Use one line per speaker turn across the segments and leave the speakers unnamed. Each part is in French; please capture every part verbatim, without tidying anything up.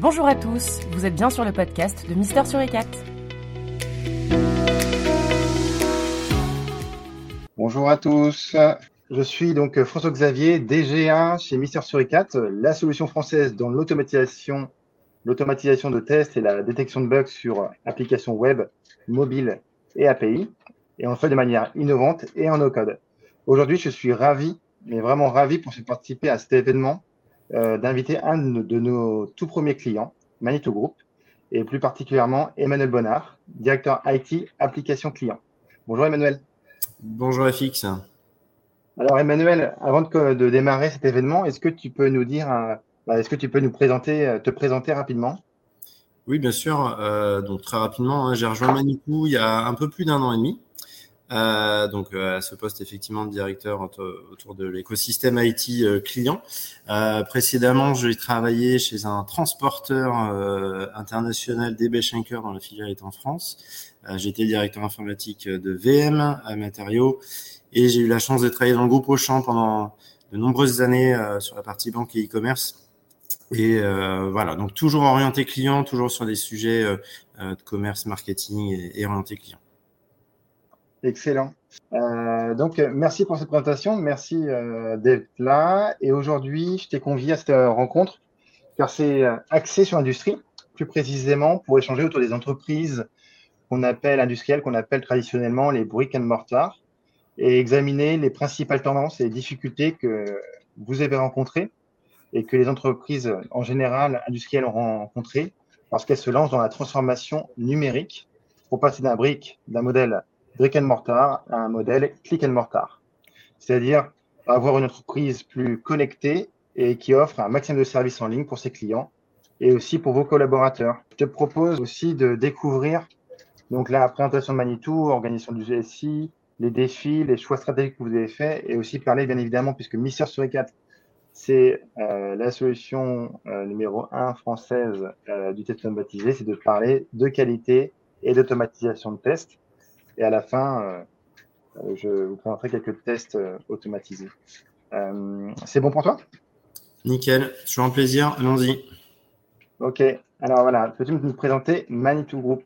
Bonjour à tous, vous êtes bien sur le podcast de Mister Suricat.
Bonjour à tous, je suis donc François-Xavier, D G A chez Mister Suricat, la solution française dans l'automatisation, l'automatisation de tests et la détection de bugs sur applications web, mobile et A P I, et on le fait de manière innovante et en no-code. Aujourd'hui, je suis ravi, mais vraiment ravi pour participer à cet événement, euh, d'inviter un de, de nos tout premiers clients, Manitou Group, et plus particulièrement Emmanuel Bonnard, directeur I T application client. Bonjour Emmanuel.
Bonjour F X.
Alors Emmanuel, avant de, de démarrer cet événement, est-ce que tu peux nous dire, euh, bah, est-ce que tu peux nous présenter, te présenter rapidement?
Oui, bien sûr. Euh, donc très rapidement, hein, j'ai rejoint Manitou il y a un peu plus d'un an et demi. Euh, donc euh, à ce poste effectivement de directeur autour de l'écosystème I T euh, client. Euh, précédemment, j'ai travaillé chez un transporteur euh, international D B Schenker dont la filiale est en France. Euh, j'étais directeur informatique de V M à Matériaux et j'ai eu la chance de travailler dans le groupe Auchan pendant de nombreuses années euh, sur la partie banque et e-commerce. Et euh, voilà, donc toujours orienté client, toujours sur des sujets euh, de commerce, marketing et, et orienté client.
Excellent. Euh, donc, merci pour cette présentation. Merci euh, d'être là. Et aujourd'hui, je t'ai convié à cette rencontre car c'est axé sur l'industrie, plus précisément pour échanger autour des entreprises qu'on appelle industrielles, qu'on appelle traditionnellement les brick and mortar, et examiner les principales tendances et les difficultés que vous avez rencontrées et que les entreprises en général industrielles ont rencontrées parce qu'elles se lancent dans la transformation numérique pour passer d'un brick, d'un modèle brick and mortar à un modèle click and mortar. C'est-à-dire avoir une entreprise plus connectée et qui offre un maximum de services en ligne pour ses clients et aussi pour vos collaborateurs. Je te propose aussi de découvrir donc la présentation de Manitou, organisation du G S I, les défis, les choix stratégiques que vous avez faits et aussi parler bien évidemment, puisque Mister Suricat, c'est euh, la solution euh, numéro un française euh, du test automatisé, c'est de parler de qualité et d'automatisation de tests. Et à la fin, euh, je vous présenterai quelques tests euh, automatisés. Euh, c'est bon pour toi?
Nickel, toujours un plaisir, allons-y.
Ok, alors voilà, peux-tu nous présenter Manitou Group?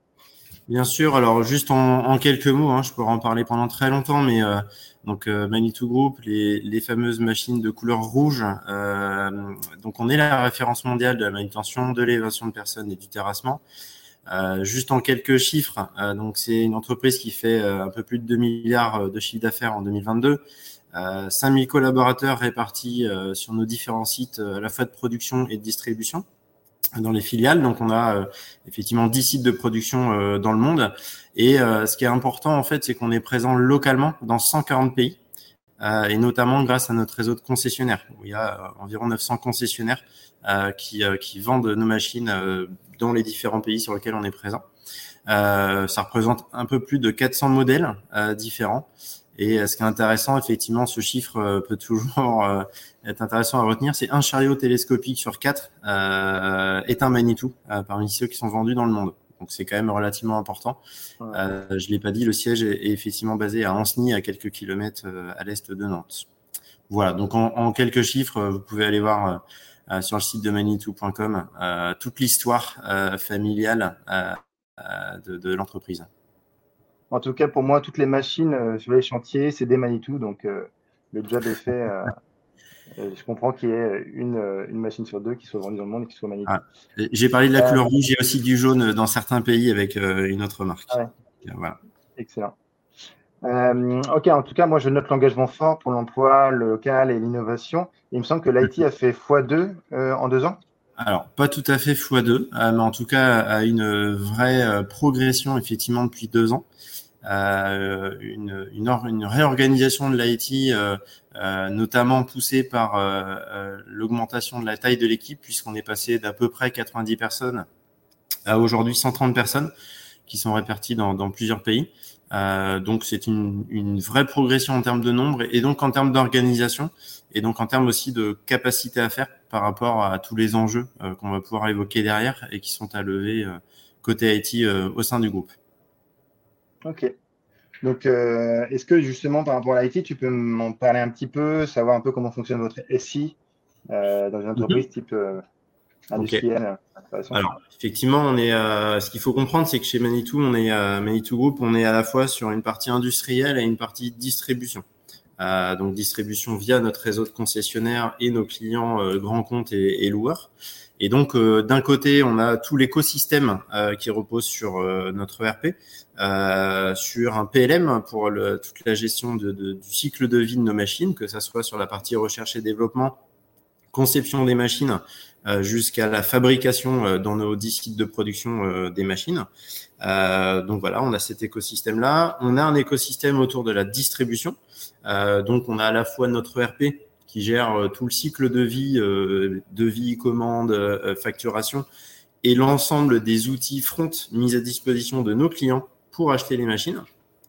Bien sûr, alors juste en, en quelques mots, hein, je pourrais en parler pendant très longtemps, mais euh, donc euh, Manitou Group, les, les fameuses machines de couleur rouge, euh, donc on est la référence mondiale de la manutention, de l'élévation de personnes et du terrassement. Euh, juste en quelques chiffres, euh, donc c'est une entreprise qui fait euh, un peu plus de deux milliards de chiffre d'affaires en deux mille vingt-deux, euh, cinq mille collaborateurs répartis euh, sur nos différents sites euh, à la fois de production et de distribution dans les filiales. Donc on a euh, effectivement dix sites de production euh, dans le monde et euh, ce qui est important en fait, c'est qu'on est présent localement dans cent quarante pays euh, et notamment grâce à notre réseau de concessionnaires où il y a euh, environ neuf cents concessionnaires euh, qui, euh, qui vendent nos machines euh, dans les différents pays sur lesquels on est présent. Euh, ça représente un peu plus de quatre cents modèles euh, différents. Et ce qui est intéressant, effectivement, ce chiffre euh, peut toujours euh, être intéressant à retenir, c'est un chariot télescopique sur quatre euh, est un Manitou euh, parmi ceux qui sont vendus dans le monde. Donc c'est quand même relativement important.
Ouais.
Euh, je l'ai pas dit, le siège est, est effectivement basé à Ancenis, à quelques kilomètres euh, à l'est de Nantes. Voilà, donc en, en quelques chiffres, vous pouvez aller voir euh, sur le site de manitou point com euh, toute l'histoire euh, familiale euh, de, de l'entreprise.
En tout cas, pour moi, toutes les machines euh, sur les chantiers, c'est des Manitou, donc euh, le job est fait. Euh, et je comprends qu'il y ait une, euh, une machine sur deux qui soit vendue dans le monde et qui soit Manitou.
Ah, j'ai parlé de la
Euh,
couleur rouge, j'ai aussi du jaune dans certains pays avec euh, une autre marque.
ouais.
Voilà.
Excellent. Euh, ok, en tout cas, moi, je note l'engagement fort pour l'emploi, le local et l'innovation. Il me semble que l'I T a fait fois deux euh, en deux ans.
Alors, pas tout à fait fois deux, euh, mais en tout cas, à une vraie euh, progression, effectivement, depuis deux ans. Euh, une, une, or, une réorganisation de l'I T, euh, euh, notamment poussée par euh, euh, l'augmentation de la taille de l'équipe, puisqu'on est passé d'à peu près quatre-vingt-dix personnes à aujourd'hui cent trente personnes qui sont réparties dans, dans plusieurs pays. Euh, donc, c'est une, une vraie progression en termes de nombre et donc en termes d'organisation et donc en termes aussi de capacité à faire par rapport à tous les enjeux euh, qu'on va pouvoir évoquer derrière et qui sont à lever euh, côté I T euh, au sein du groupe.
Ok. Donc, euh, est-ce que justement, par rapport à l'I T, tu peux m'en parler un petit peu, savoir un peu comment fonctionne votre S I euh, dans une entreprise
Mm-hmm.
type euh, industrielle.
Okay. Alors, effectivement, on est. Euh, ce qu'il faut comprendre, c'est que chez Manitou, on est euh, Manitou Group, on est à la fois sur une partie industrielle et une partie distribution. Euh, donc distribution via notre réseau de concessionnaires et nos clients euh, grands comptes et, et loueurs. Et donc euh, d'un côté, on a tout l'écosystème euh, qui repose sur euh, notre E R P, euh, sur un P L M pour le, toute la gestion de, de, du cycle de vie de nos machines, que ça soit sur la partie recherche et développement, conception des machines, euh, jusqu'à la fabrication euh, dans nos dix sites de production euh, des machines. Euh, donc voilà, on a cet écosystème-là. On a un écosystème autour de la distribution. Euh, donc on a à la fois notre E R P qui gère euh, tout le cycle de vie, euh, devis, commande, euh, facturation, et l'ensemble des outils front mis à disposition de nos clients pour acheter les machines.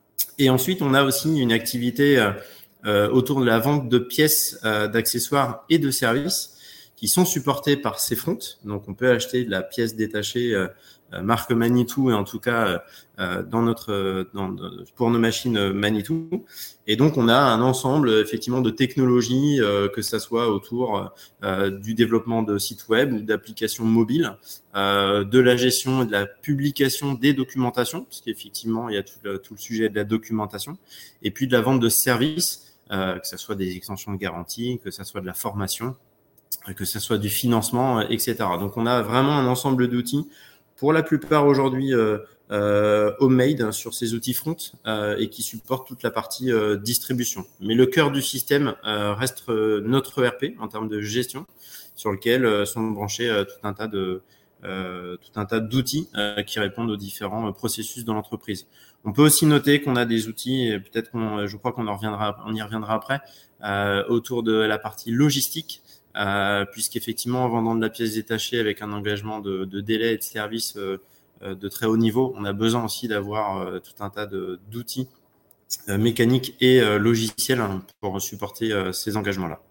Et ensuite, on a aussi une activité euh, euh, autour de la vente de pièces, euh, d'accessoires et de services qui sont supportés par ces fronts. Donc, on peut acheter de la pièce détachée euh, marque Manitou, et en tout cas euh, dans notre dans, pour nos machines Manitou. Et donc on a un ensemble effectivement de technologies, euh, que ça soit autour euh, du développement de sites web ou d'applications mobiles, euh, de la gestion et de la publication des documentations, parce qu'effectivement il y a tout le, tout le sujet de la documentation, et puis de la vente de services, euh, que ça soit des extensions de garantie, que ça soit de la formation, que ça soit du financement, et cetera. Donc on a vraiment un ensemble d'outils, pour la plupart aujourd'hui euh, euh, homemade sur ces outils front, euh, et qui supportent toute la partie euh, distribution. Mais le cœur du système euh, reste euh, notre E R P en termes de gestion, sur lequel euh, sont branchés euh, tout un tas de euh, tout un tas d'outils euh, qui répondent aux différents euh, processus dans l'entreprise. On peut aussi noter qu'on a des outils, et peut-être qu'on, je crois qu'on en reviendra, on y reviendra après, euh, autour de la partie logistique. Euh, puisqu'effectivement, en vendant de la pièce détachée avec un engagement de, de délai et de service euh, de très haut niveau, on a besoin aussi d'avoir euh, tout un tas de, d'outils euh, mécaniques et euh, logiciels pour supporter euh, ces engagements-là.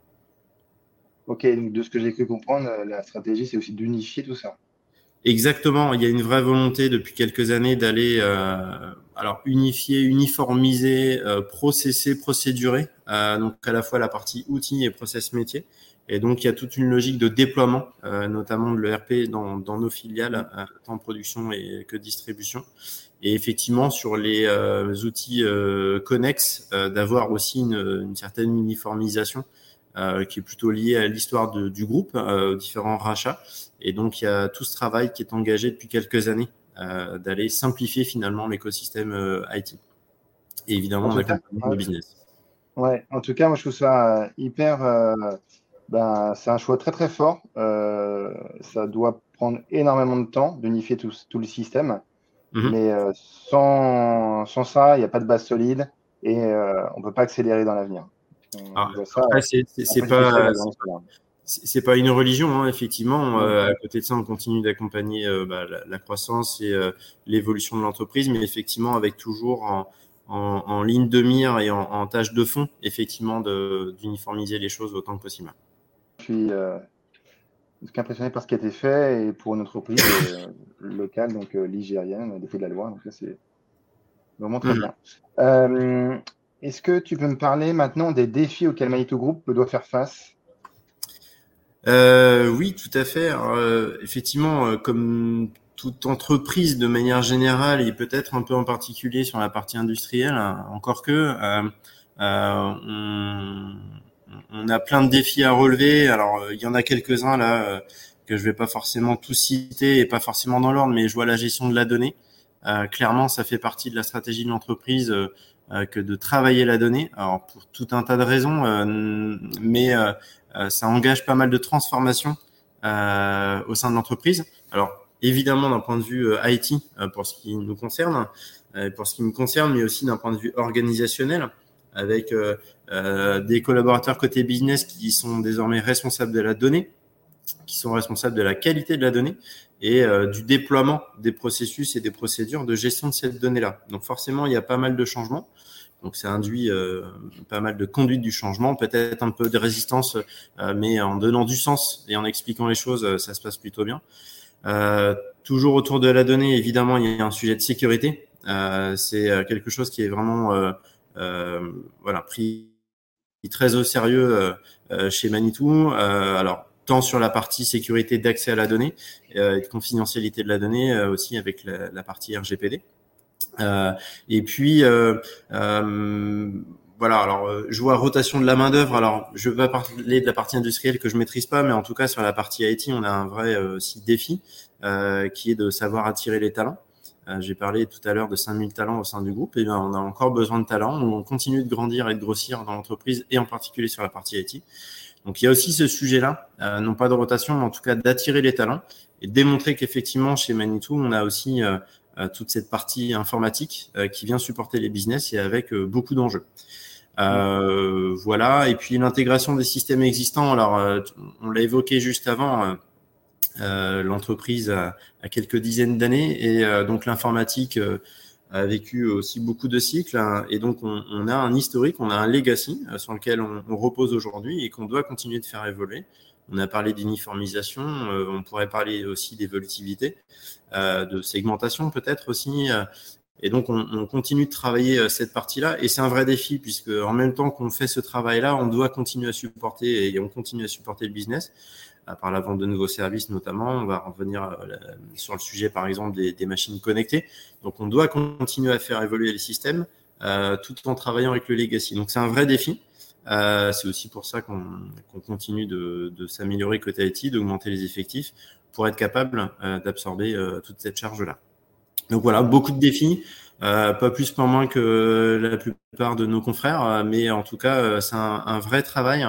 Ok, donc de ce que j'ai cru comprendre, la stratégie, c'est aussi d'unifier tout ça.
Exactement, il y a une vraie volonté depuis quelques années d'aller euh, alors unifier, uniformiser, euh, processer, procédurer, euh, donc à la fois la partie outils et process métier. Et donc il y a toute une logique de déploiement, euh, notamment de l'E R P dans, dans nos filiales, euh, tant production et que distribution. Et effectivement sur les euh, outils euh, connexes, euh, d'avoir aussi une, une certaine uniformisation. Euh, qui est plutôt lié à l'histoire de, du groupe, euh, aux différents rachats. Et donc, il y a tout ce travail qui est engagé depuis quelques années euh, d'aller simplifier finalement l'écosystème euh, I T. Et évidemment, on accompagne le business.
Ouais, en tout cas, moi, je trouve ça euh, hyper... Euh, ben, c'est un choix très, très fort. Euh, ça doit prendre énormément de temps d'unifier tout, tout le système. Mm-hmm. Mais euh, sans, sans ça, il n'y a pas de base solide et euh, on ne peut pas accélérer dans l'avenir.
Ah, ça, après, c'est, c'est, c'est pas... C'est pas une religion, hein, effectivement. Euh, à côté de ça, on continue d'accompagner euh, bah, la, la croissance et euh, l'évolution de l'entreprise, mais effectivement avec toujours en, en, en ligne de mire et en, en tâche de fond, effectivement, de, d'uniformiser les choses autant que possible.
Je suis euh, impressionné par ce qui a été fait et pour une entreprise euh, locale, donc euh, ligérienne, des Pays de la Loire. Donc là, c'est vraiment très mmh. bien. Euh, est-ce que tu peux me parler maintenant des défis auxquels Manitou Group doit faire face ?
Euh, oui, tout à fait. Alors, euh, effectivement, euh, comme toute entreprise de manière générale et peut-être un peu en particulier sur la partie industrielle, hein, encore que euh, euh, on, on a plein de défis à relever. Alors, euh, il y en a quelques-uns là euh, que je vais pas forcément tous citer et pas forcément dans l'ordre, mais je vois la gestion de la donnée. Euh, clairement, ça fait partie de la stratégie de l'entreprise euh, euh, que de travailler la donnée. Alors, pour tout un tas de raisons, euh, mais euh, Euh, ça engage pas mal de transformations euh, au sein de l'entreprise. Alors, évidemment, d'un point de vue euh, I T, euh, pour ce qui nous concerne, euh, pour ce qui me concerne, mais aussi d'un point de vue organisationnel, avec euh, euh, des collaborateurs côté business qui sont désormais responsables de la donnée, qui sont responsables de la qualité de la donnée et euh, du déploiement des processus et des procédures de gestion de cette donnée-là. Donc, forcément, il y a pas mal de changements. Donc, ça induit euh, pas mal de conduite du changement, peut-être un peu de résistance, euh, mais en donnant du sens et en expliquant les choses, euh, ça se passe plutôt bien. Euh, toujours autour de la donnée, évidemment, il y a un sujet de sécurité. Euh, c'est quelque chose qui est vraiment euh, euh, voilà, pris très au sérieux euh, chez Manitou. Euh, alors, tant sur la partie sécurité d'accès à la donnée euh, et de confidentialité de la donnée, euh, aussi avec la, la partie R G P D. Euh, et puis, euh, euh, voilà, alors euh, je vois rotation de la main-d'œuvre. Alors, je vais pas parler de la partie industrielle que je maîtrise pas, mais en tout cas, sur la partie I T, on a un vrai euh, aussi défi euh, qui est de savoir attirer les talents. Euh, j'ai parlé tout à l'heure de cinq mille talents au sein du groupe, et bien, on a encore besoin de talents. On continue de grandir et de grossir dans l'entreprise, et en particulier sur la partie I T. Donc, il y a aussi ce sujet-là, euh, non pas de rotation, mais en tout cas d'attirer les talents et de démontrer qu'effectivement, chez Manitou, on a aussi euh, toute cette partie informatique euh, qui vient supporter les business et avec euh, beaucoup d'enjeux. Euh, voilà. Et puis l'intégration des systèmes existants. Alors, euh, on l'a évoqué juste avant. Euh, euh, l'entreprise a, a quelques dizaines d'années et euh, donc l'informatique euh, a vécu aussi beaucoup de cycles. Hein, et donc, on, on a un historique, on a un legacy euh, sur lequel on, on repose aujourd'hui et qu'on doit continuer de faire évoluer. On a parlé d'uniformisation, euh, on pourrait parler aussi d'évolutivité, euh, de segmentation peut-être aussi. Euh, et donc, on, on continue de travailler euh, cette partie-là. Et c'est un vrai défi puisque en même temps qu'on fait ce travail-là, on doit continuer à supporter et on continue à supporter le business euh, par la vente de nouveaux services notamment. On va revenir euh, sur le sujet, par exemple, des, des machines connectées. Donc, on doit continuer à faire évoluer les systèmes euh, tout en travaillant avec le legacy. Donc, c'est un vrai défi. Euh, c'est aussi pour ça qu'on, qu'on continue de, de s'améliorer côté I T, d'augmenter les effectifs pour être capable euh, d'absorber euh, toute cette charge-là. Donc voilà, beaucoup de défis, euh, pas plus pas moins que la plupart de nos confrères, mais en tout cas, euh, c'est un, un vrai travail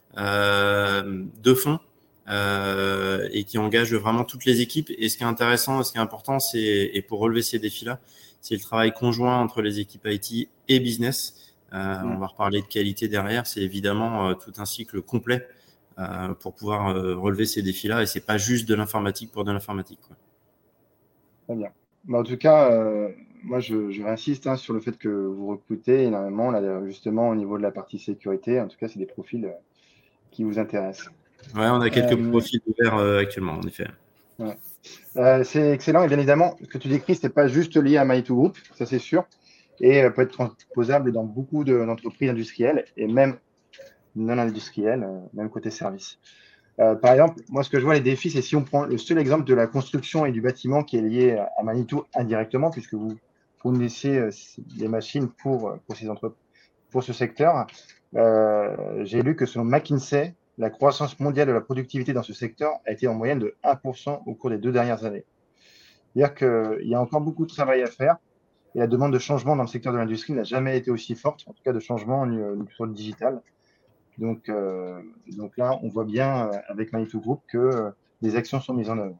euh, de fond euh, et qui engage vraiment toutes les équipes. Et ce qui est intéressant, ce qui est important, c'est, et pour relever ces défis-là, c'est le travail conjoint entre les équipes I T et business. Euh, on va reparler de qualité derrière. C'est évidemment euh, tout un cycle complet euh, pour pouvoir euh, relever ces défis-là. Et c'est pas juste de l'informatique pour de l'informatique, quoi.
Très bien. Bah, en tout cas, euh, moi, je, je réinsiste hein, sur le fait que vous recrutez énormément, là, justement, au niveau de la partie sécurité. En tout cas, c'est des profils euh, qui vous intéressent.
Ouais, on a quelques
Euh,
profils ouverts euh, actuellement, en effet.
ouais. Euh, c'est excellent. Et bien évidemment, ce que tu décris, ce n'est pas juste lié à Manitou Group, ça c'est sûr, et euh, peut être transposable dans beaucoup de, d'entreprises industrielles et même non industrielles, euh, même côté service. Euh, par exemple, moi, ce que je vois les défis, c'est si on prend le seul exemple de la construction et du bâtiment qui est lié à Manitou indirectement, puisque vous fournissez euh, des machines pour, pour, ces entre... pour ce secteur. Euh, j'ai lu que selon McKinsey, la croissance mondiale de la productivité dans ce secteur a été en moyenne de un pour cent au cours des deux dernières années. C'est-à-dire qu'il y a encore beaucoup de travail à faire et la demande de changement dans le secteur de l'industrie n'a jamais été aussi forte, en tout cas de changement sur le digital. Donc, euh, donc là, on voit bien euh, avec Manitou Group que euh, des actions sont mises en œuvre.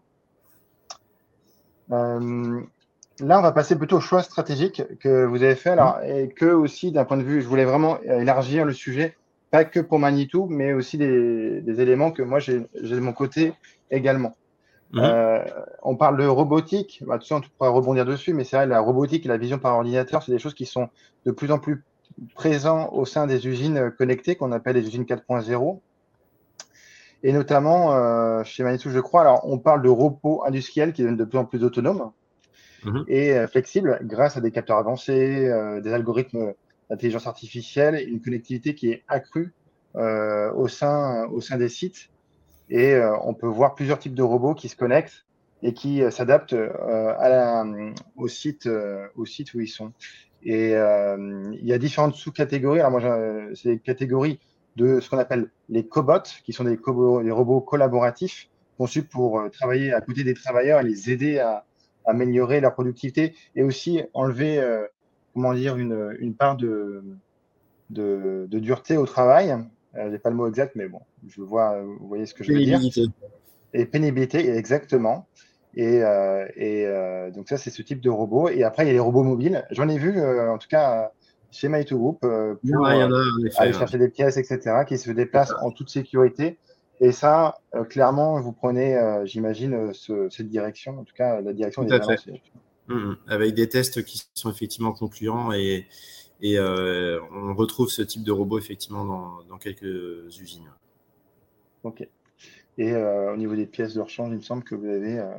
Euh, là, on va passer plutôt au choix stratégique que vous avez fait, alors, et que aussi d'un point de vue, je voulais vraiment élargir le sujet, pas que pour Manitou, mais aussi des, des éléments que moi j'ai, j'ai de mon côté également. Mmh. Euh, on parle de robotique, bah, tout ça, on pourra rebondir dessus, mais c'est vrai, la robotique et la vision par ordinateur, c'est des choses qui sont de plus en plus présents au sein des usines connectées qu'on appelle les usines quatre point zéro. Et notamment, euh, chez Manitou, je crois, alors on parle de robots industriels qui deviennent de plus en plus autonomes mmh. et euh, flexibles grâce à des capteurs avancés, euh, des algorithmes d'intelligence artificielle et une connectivité qui est accrue euh, au sein, au sein des sites. Et euh, on peut voir plusieurs types de robots qui se connectent et qui euh, s'adaptent euh, à la, au, site, euh, au site où ils sont. Et euh, il y a différentes sous-catégories. Alors moi, c'est des catégories de ce qu'on appelle les cobots, qui sont des, cobo- des robots collaboratifs conçus pour euh, travailler à côté des travailleurs et les aider à, à améliorer leur productivité et aussi enlever, euh, comment dire, une, une part de, de, de dureté au travail. Euh, j'ai pas le mot exact, mais bon, je vois, vous voyez ce que je veux dire. Et pénibilité, exactement. Et, euh, et euh, donc ça, c'est ce type de robot. Et après, il y a les robots mobiles. J'en ai vu, euh, en tout cas, chez Manitou Group, euh, pour
ouais, y en a,
euh,
effet,
aller
ouais.
chercher des pièces, et cetera, qui se déplacent en toute sécurité. Et ça, euh, clairement, vous prenez, euh, j'imagine, ce, cette direction. En tout cas, la direction
Tout
est
à
bien
fait.
lancée.
Mmh, avec des tests qui sont effectivement concluants et, et euh, on retrouve ce type de robot effectivement dans, dans quelques usines.
Ok. Et euh, au niveau des pièces de rechange, il me semble que vous avez euh,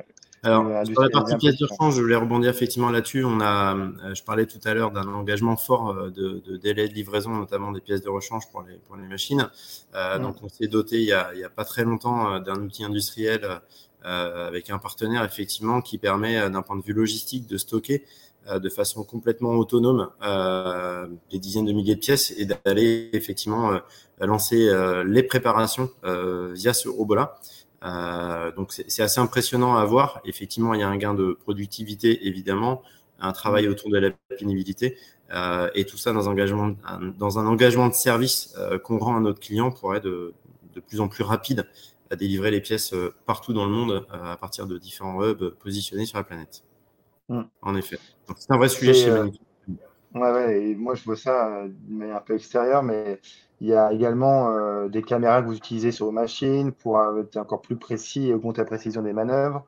Alors, sur la
industrialiser
partie
un peu
pièces
tout
de
ça.
rechange, je voulais rebondir effectivement là-dessus. On a, euh, je parlais tout à l'heure d'un engagement fort euh, de, de délai de livraison, notamment des pièces de rechange pour les, pour les machines. Euh,
Mm.
donc, on s'est doté il y a, il y a pas très longtemps euh, d'un outil industriel euh, avec un partenaire effectivement qui permet, euh, d'un point de vue logistique, de stocker euh, de façon complètement autonome euh, des dizaines de milliers de pièces et d'aller effectivement euh, lancer euh, les préparations euh, via ce robot-là. Euh, donc c'est, c'est assez impressionnant à voir. Effectivement, il y a un gain de productivité, évidemment, un travail autour de la pénibilité, euh, et tout ça dans un engagement, un, dans un engagement de service euh, qu'on rend à notre client pour être de, de plus en plus rapide à délivrer les pièces euh, partout dans le monde euh, à partir de différents hubs positionnés sur la planète.
Mm.
En effet. Donc c'est un vrai sujet
C'est,
chez
euh,
Manitou.
ouais, ouais, et moi je vois ça euh, d'une manière un peu extérieure, mais il y a également euh, des caméras que vous utilisez sur vos machines pour euh, être encore plus précis et augmenter la précision des manœuvres.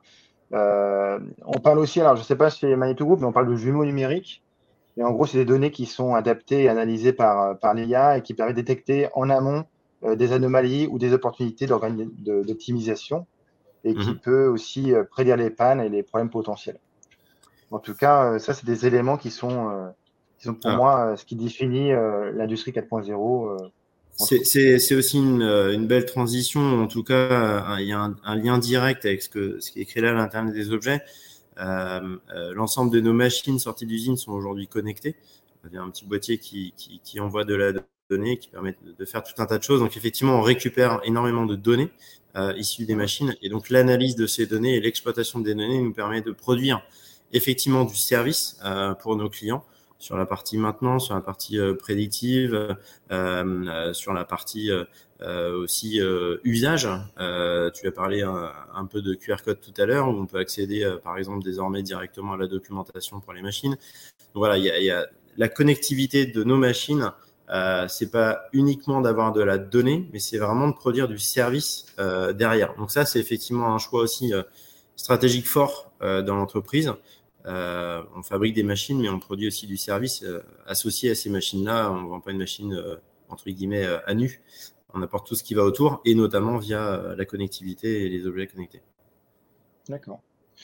Euh, on parle aussi, alors je ne sais pas chez Manitou Group, mais on parle de jumeaux numériques. Et en gros, c'est des données qui sont adaptées et analysées par, par l'I A et qui permettent de détecter en amont euh, des anomalies ou des opportunités d'organi- de- d'optimisation et qui
Mhm.
peut aussi euh, prédire les pannes et les problèmes potentiels. En tout cas, euh, ça, c'est des éléments qui sont, euh, qui sont pour
Alors,
moi euh, ce qui définit euh, l'industrie quatre point zéro, euh, entre
C'est,
autres.
c'est, c'est aussi une, euh, une belle transition. En tout cas, euh, il y a un, un lien direct avec ce, que, ce qui est écrit là à l'Internet des objets. Euh, euh, l'ensemble de nos machines sorties d'usine sont aujourd'hui connectées. Il y a un petit boîtier qui, qui, qui envoie de la donnée, qui permet de, de faire tout un tas de choses. Donc effectivement, on récupère énormément de données euh, issues des
Mmh.
machines. Et donc l'analyse de ces données et l'exploitation des données nous permet de produire effectivement du service euh, pour nos clients sur la partie maintenance, sur la partie euh, prédictive, euh, euh, sur la partie euh, euh, aussi euh, usage. Euh, tu as parlé un, un peu de Q R code tout à l'heure, où on peut accéder, euh, par exemple, désormais directement à la documentation pour les machines. Donc voilà, il y a, il y a la connectivité de nos machines. Euh, c'est pas uniquement d'avoir de la donnée, mais c'est vraiment de produire du service euh, derrière. Donc ça, c'est effectivement un choix aussi euh, stratégique fort euh, dans l'entreprise. Euh, on fabrique des machines, mais on produit aussi du service euh, associé à ces machines-là. On ne vend pas une machine euh, entre guillemets euh, à nu. On apporte tout ce qui va autour, et notamment via euh, la connectivité et les objets connectés.
D'accord.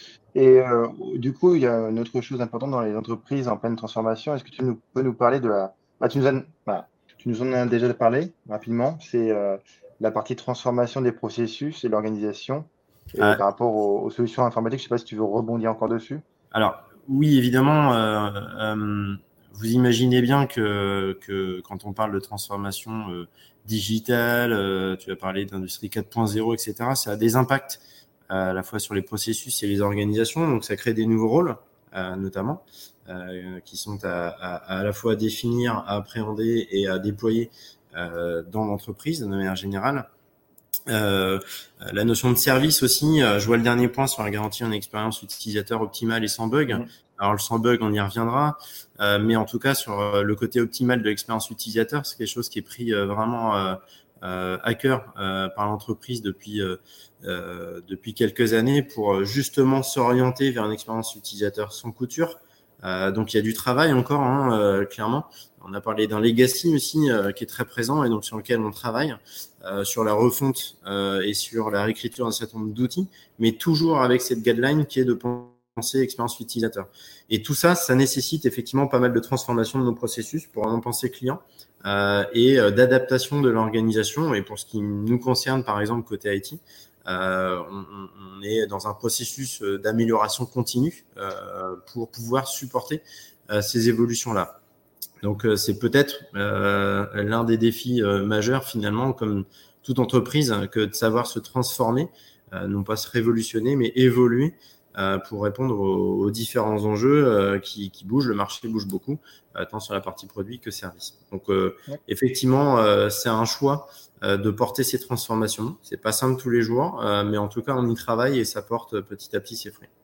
Et euh, du coup, il y a une autre chose importante dans les entreprises en pleine transformation. Est-ce que tu nous, peux nous parler de la... Bah, tu nous en, bah, tu nous en as déjà parlé rapidement. C'est euh, la partie transformation des processus et l'organisation et
Euh,
par rapport aux, aux solutions informatiques. Je ne sais pas si tu veux rebondir encore dessus.
alors, oui, évidemment, euh, euh, vous imaginez bien que, que quand on parle de transformation euh, digitale, euh, tu as parlé d'industrie quatre point zéro, et cetera, ça a des impacts euh, à la fois sur les processus et les organisations. Donc, ça crée des nouveaux rôles, euh, notamment, euh, qui sont à, à, à la fois à définir, à appréhender et à déployer euh, dans l'entreprise de manière générale. Euh, la notion de service aussi, euh, je vois le dernier point sur la garantie en expérience utilisateur optimale et sans bug.
Mhm.
Alors le sans bug, on y reviendra, euh, mais en tout cas sur euh, le côté optimal de l'expérience utilisateur, c'est quelque chose qui est pris euh, vraiment euh, euh, à cœur euh, par l'entreprise depuis euh, euh, depuis quelques années pour justement s'orienter vers une expérience utilisateur sans couture. Euh, donc il y a du travail encore, hein, euh, clairement. On a parlé d'un legacy aussi euh, qui est très présent et donc sur lequel on travaille. Euh, sur la refonte euh, et sur la réécriture d'un certain nombre d'outils, mais toujours avec cette guideline qui est de penser expérience utilisateur. Et tout ça, ça nécessite effectivement pas mal de transformation de nos processus pour vraiment penser client euh, et euh, d'adaptation de l'organisation. Et pour ce qui nous concerne, par exemple, côté I T, euh, on, on est dans un processus d'amélioration continue euh, pour pouvoir supporter euh, ces évolutions-là. Donc, euh, c'est peut-être euh, l'un des défis euh, majeurs, finalement, comme toute entreprise, que de savoir se transformer, euh, non pas se révolutionner, mais évoluer euh, pour répondre aux, aux différents enjeux euh, qui, qui bougent. Le marché bouge beaucoup, euh, tant sur la partie produit que service. Donc, euh, effectivement, euh, c'est un choix euh, de porter ces transformations. C'est pas simple tous les jours, euh, mais en tout cas, on y travaille et ça porte petit à petit ses fruits.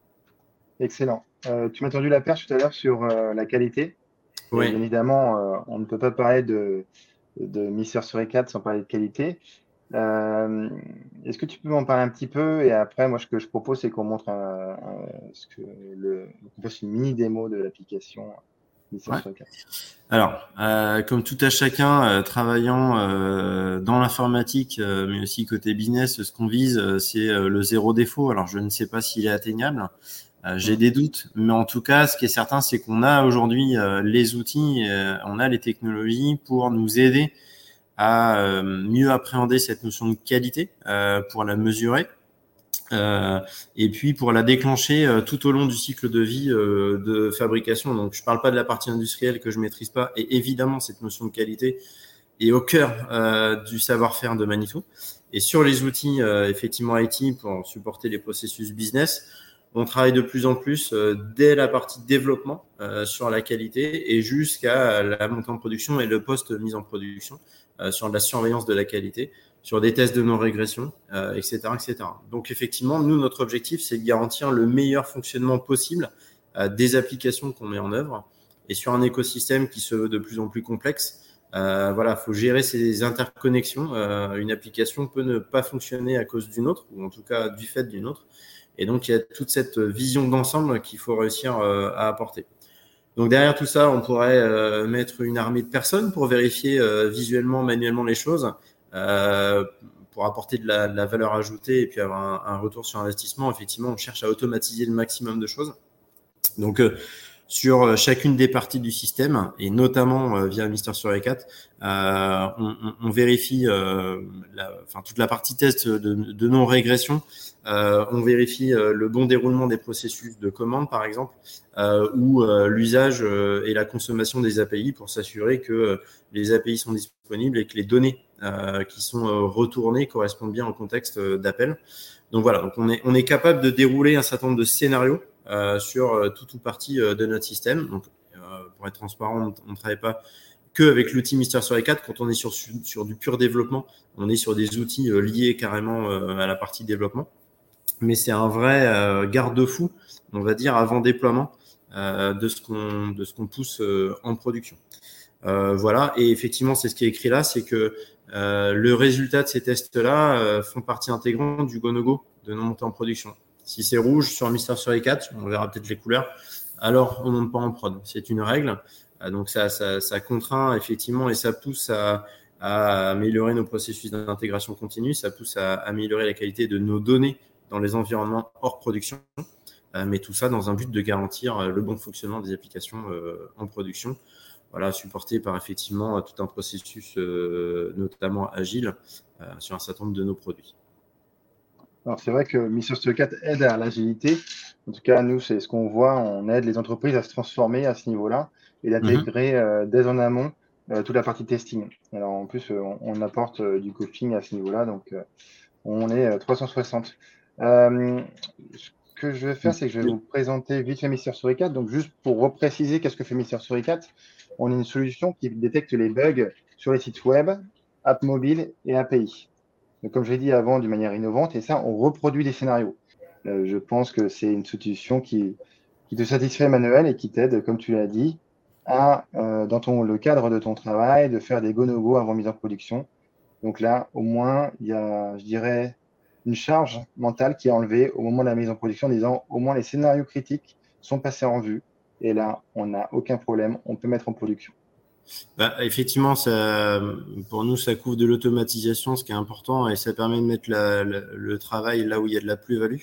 Excellent. Euh, tu m'as tendu la perche tout à l'heure sur euh, la qualité. Et
Oui.
bien évidemment, euh, on ne peut pas parler de, de Mister sur E quatre sans parler de qualité. Euh, est-ce que tu peux m'en parler un petit peu? Et après, moi, ce que je propose, c'est qu'on montre un, un- ce que le, qu'on fasse une mini démo de l'application Mister
Ouais.
Suricat.
Alors, euh, comme tout à chacun, euh, travaillant euh, dans l'informatique, euh, mais aussi côté business, ce qu'on vise, euh, c'est euh, le zéro défaut. Alors, je ne sais pas s'il est atteignable. Euh, j'ai
Mm.
des doutes, mais en tout cas, ce qui est certain, c'est qu'on a aujourd'hui euh, les outils, euh, on a les technologies pour nous aider à euh, mieux appréhender cette notion de qualité, euh, pour la mesurer. Euh, et puis pour la déclencher euh, tout au long du cycle de vie euh, de fabrication. Donc je parle pas de la partie industrielle que je maîtrise pas, et évidemment cette notion de qualité est au cœur euh, du savoir-faire de Manitou. Et sur les outils euh, effectivement I T pour supporter les processus business, on travaille de plus en plus euh, dès la partie développement euh, sur la qualité et jusqu'à la montée en production et le post mise en production euh, sur de la surveillance de la qualité, sur des tests de non-régression, euh, et cetera, et cetera. Donc effectivement, nous, notre objectif, c'est de garantir le meilleur fonctionnement possible euh, des applications qu'on met en œuvre. Et sur un écosystème qui se veut de plus en plus complexe, euh, voilà, faut gérer ces interconnexions. Euh, une application peut ne pas fonctionner à cause d'une autre, ou en tout cas du fait d'une autre. Et donc, il y a toute cette vision d'ensemble qu'il faut réussir euh, à apporter. Donc derrière tout ça, on pourrait euh, mettre une armée de personnes pour vérifier euh, visuellement, manuellement les choses, euh, pour apporter de la, de la valeur ajoutée et puis avoir un, un retour sur investissement. Effectivement, on cherche à automatiser le maximum de choses. Donc euh, sur chacune des parties du système, et notamment euh, via Mister Suricat, euh, on, on, on vérifie euh, la, enfin, toute la partie test de, de non-régression. Euh, on vérifie euh, le bon déroulement des processus de commande, par exemple, euh, ou euh, l'usage euh, et la consommation des A P I pour s'assurer que euh, les A P I sont disponibles et que les données euh, qui sont euh, retournées correspondent bien au contexte euh, d'appel. Donc voilà, donc on est, on est capable de dérouler un certain nombre de scénarios Euh, sur euh, toute ou partie euh, de notre système. Donc, euh, pour être transparent, on ne travaille pas que avec l'outil Mister Suricat. Quand on est sur, sur du pur développement, on est sur des outils euh, liés carrément euh, à la partie développement. Mais c'est un vrai euh, garde-fou, on va dire, avant déploiement euh, de ce qu'on de ce qu'on pousse euh, en production. Euh, voilà. Et effectivement, c'est ce qui est écrit là, c'est que euh, le résultat de ces tests-là euh, font partie intégrante du go-no-go de non montée en production. Si c'est rouge sur Mister Suricat, on verra peut-être les couleurs, alors on ne monte pas en prod. C'est une règle. Euh, donc ça, ça, ça contraint effectivement et ça pousse à, à améliorer nos processus d'intégration continue, ça pousse à améliorer la qualité de nos données dans les environnements hors production, euh, mais tout ça dans un but de garantir le bon fonctionnement des applications euh, en production. Voilà, supporté par effectivement tout un processus, euh, notamment agile, euh, sur un certain nombre de nos produits.
Alors, c'est vrai que Mister Suricat aide à l'agilité. En tout cas, nous, c'est ce qu'on voit. On aide les entreprises à se transformer à ce niveau-là et d'intégrer mm-hmm. euh, dès en amont euh, toute la partie testing. Alors, en plus, euh, on, on apporte euh, du coaching à ce niveau-là. Donc, euh, on est euh, trois cent soixante. Euh, ce que je vais faire, c'est que je vais vous présenter vite fait Mister Suricat. Donc, juste pour repréciser qu'est-ce que fait Mister Suricat, on est une solution qui détecte les bugs sur les sites web, apps mobiles et A P I. Donc, comme je l'ai dit avant, d'une manière innovante, et ça, on reproduit des scénarios. Euh, je pense que c'est une solution qui, qui te satisfait, Emmanuel, et qui t'aide, comme tu l'as dit, à, euh, dans ton, le cadre de ton travail, de faire des go-no-go avant mise en production. Donc là, au moins, il y a, je dirais, une charge mentale qui est enlevée au moment de la mise en production, en disant au moins les scénarios critiques sont passés en vue. Et là, on n'a aucun problème, on peut mettre en production.
Bah, effectivement, ça, pour nous, ça couvre de l'automatisation, ce qui est important, et ça permet de mettre la, la, le travail là où il y a de la plus-value.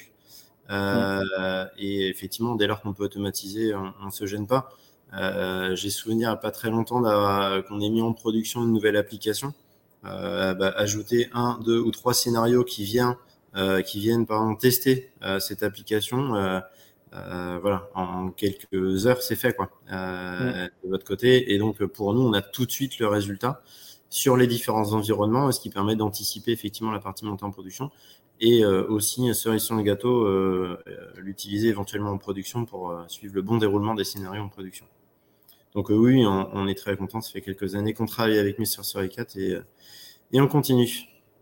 Euh, mmh. Et effectivement, dès lors qu'on peut automatiser, on ne se gêne pas. Euh, j'ai souvenir, il n'y a pas très longtemps, qu'on ait mis en production une nouvelle application, euh, bah, ajouter un, deux ou trois scénarios qui viennent, euh, qui viennent par exemple, tester euh, cette application. Euh, Euh, voilà, en quelques heures, c'est fait quoi, euh, mmh. de votre côté. Et donc pour nous, on a tout de suite le résultat sur les différents environnements, ce qui permet d'anticiper effectivement la partie montée en production et euh, aussi cerise sur le gâteau, euh, l'utiliser éventuellement en production pour euh, suivre le bon déroulement des scénarios en production. Donc euh, oui, on, on est très content. Ça fait quelques années qu'on travaille avec Mister Suricat et et on continue.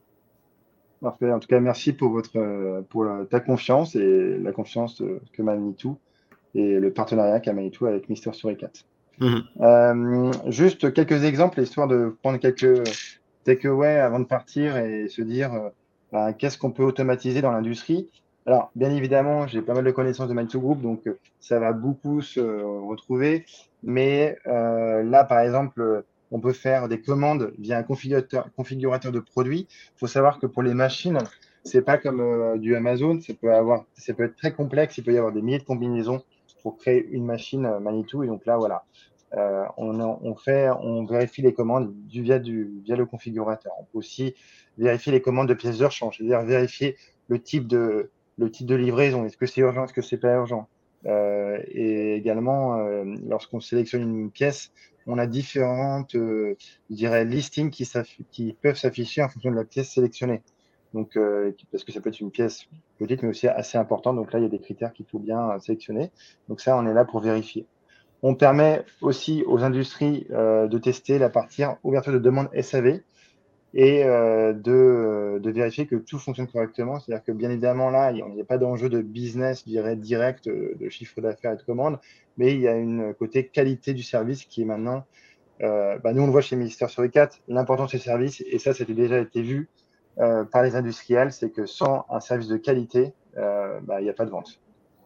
Parfait. En tout cas, merci pour votre pour la, ta confiance et la confiance que Manitou et le partenariat qu'a Manitou avec Mister Suricat. Mmh. Euh, juste quelques exemples, histoire de prendre quelques takeaways avant de partir et se dire euh, bah, qu'est-ce qu'on peut automatiser dans l'industrie. Alors, bien évidemment, j'ai pas mal de connaissances de Manitou Group, donc euh, ça va beaucoup se retrouver. Mais euh, là, par exemple, euh, on peut faire des commandes via un configurateur, configurateur de produits. Il faut savoir que pour les machines, c'est pas comme euh, du Amazon. Ça peut avoir, ça peut être très complexe. Il peut y avoir des milliers de combinaisons pour créer une machine euh, Manitou. Et donc là, voilà, euh, on, on fait, on vérifie les commandes du, via, du, via le configurateur. On peut aussi vérifier les commandes de pièces de rechange, c'est-à-dire vérifier le type de le type de livraison, est-ce que c'est urgent, est-ce que c'est pas urgent. Euh, et également, euh, lorsqu'on sélectionne une pièce, on a différentes, euh, je dirais, listings qui, qui peuvent s'afficher en fonction de la pièce sélectionnée. Donc, euh, parce que ça peut être une pièce petite, mais aussi assez importante. Donc là, il y a des critères qu'il faut bien euh, sélectionner. Donc ça, on est là pour vérifier. On permet aussi aux industries euh, de tester la partie ouverture de demande S A V et euh, de, de vérifier que tout fonctionne correctement. C'est-à-dire que bien évidemment, là, il n'y a pas d'enjeu de business, je dirais, direct, euh, de chiffre d'affaires et de commandes, mais il y a une côté qualité du service qui est maintenant, euh, bah, nous on le voit chez Ministère sur les quatre, l'importance du service, et ça, c'était déjà été vu euh, par les industriels, c'est que sans un service de qualité, euh, bah, il n'y a pas de vente.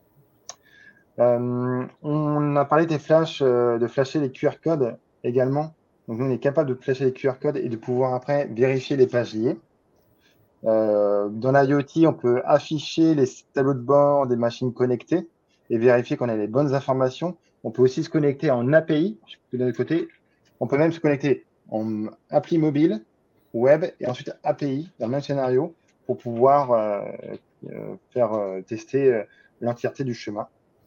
Euh, on a parlé des flashs, euh, de flasher les Q R codes également. Donc, nous, on est capable de flasher les Q R codes et de pouvoir après vérifier les pages liées. Euh, dans l'IoT, on peut afficher les tableaux de bord des machines connectées et vérifier qu'on a les bonnes informations. On peut aussi se connecter en A P I. De l'autre côté, on peut même se connecter en appli mobile, web et ensuite A P I dans le même scénario pour pouvoir euh, euh, faire euh, tester euh, l'entièreté du chemin.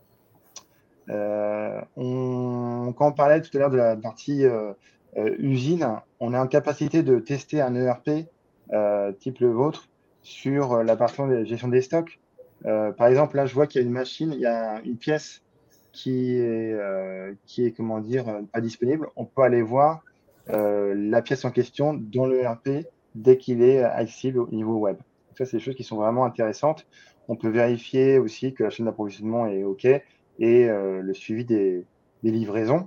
Euh, on, quand on parlait tout à l'heure de la partie euh, euh, usine, on est en capacité de tester un E R P euh, type le vôtre sur la partie de gestion des stocks. Euh, par exemple, là, je vois qu'il y a une machine, il y a une pièce qui est, euh, qui est comment dire, pas disponible. On peut aller voir euh, la pièce en question dans le E R P dès qu'il est accessible au niveau web. Donc ça, c'est des choses qui sont vraiment intéressantes. On peut vérifier aussi que la chaîne d'approvisionnement est OK et euh, le suivi des, des livraisons.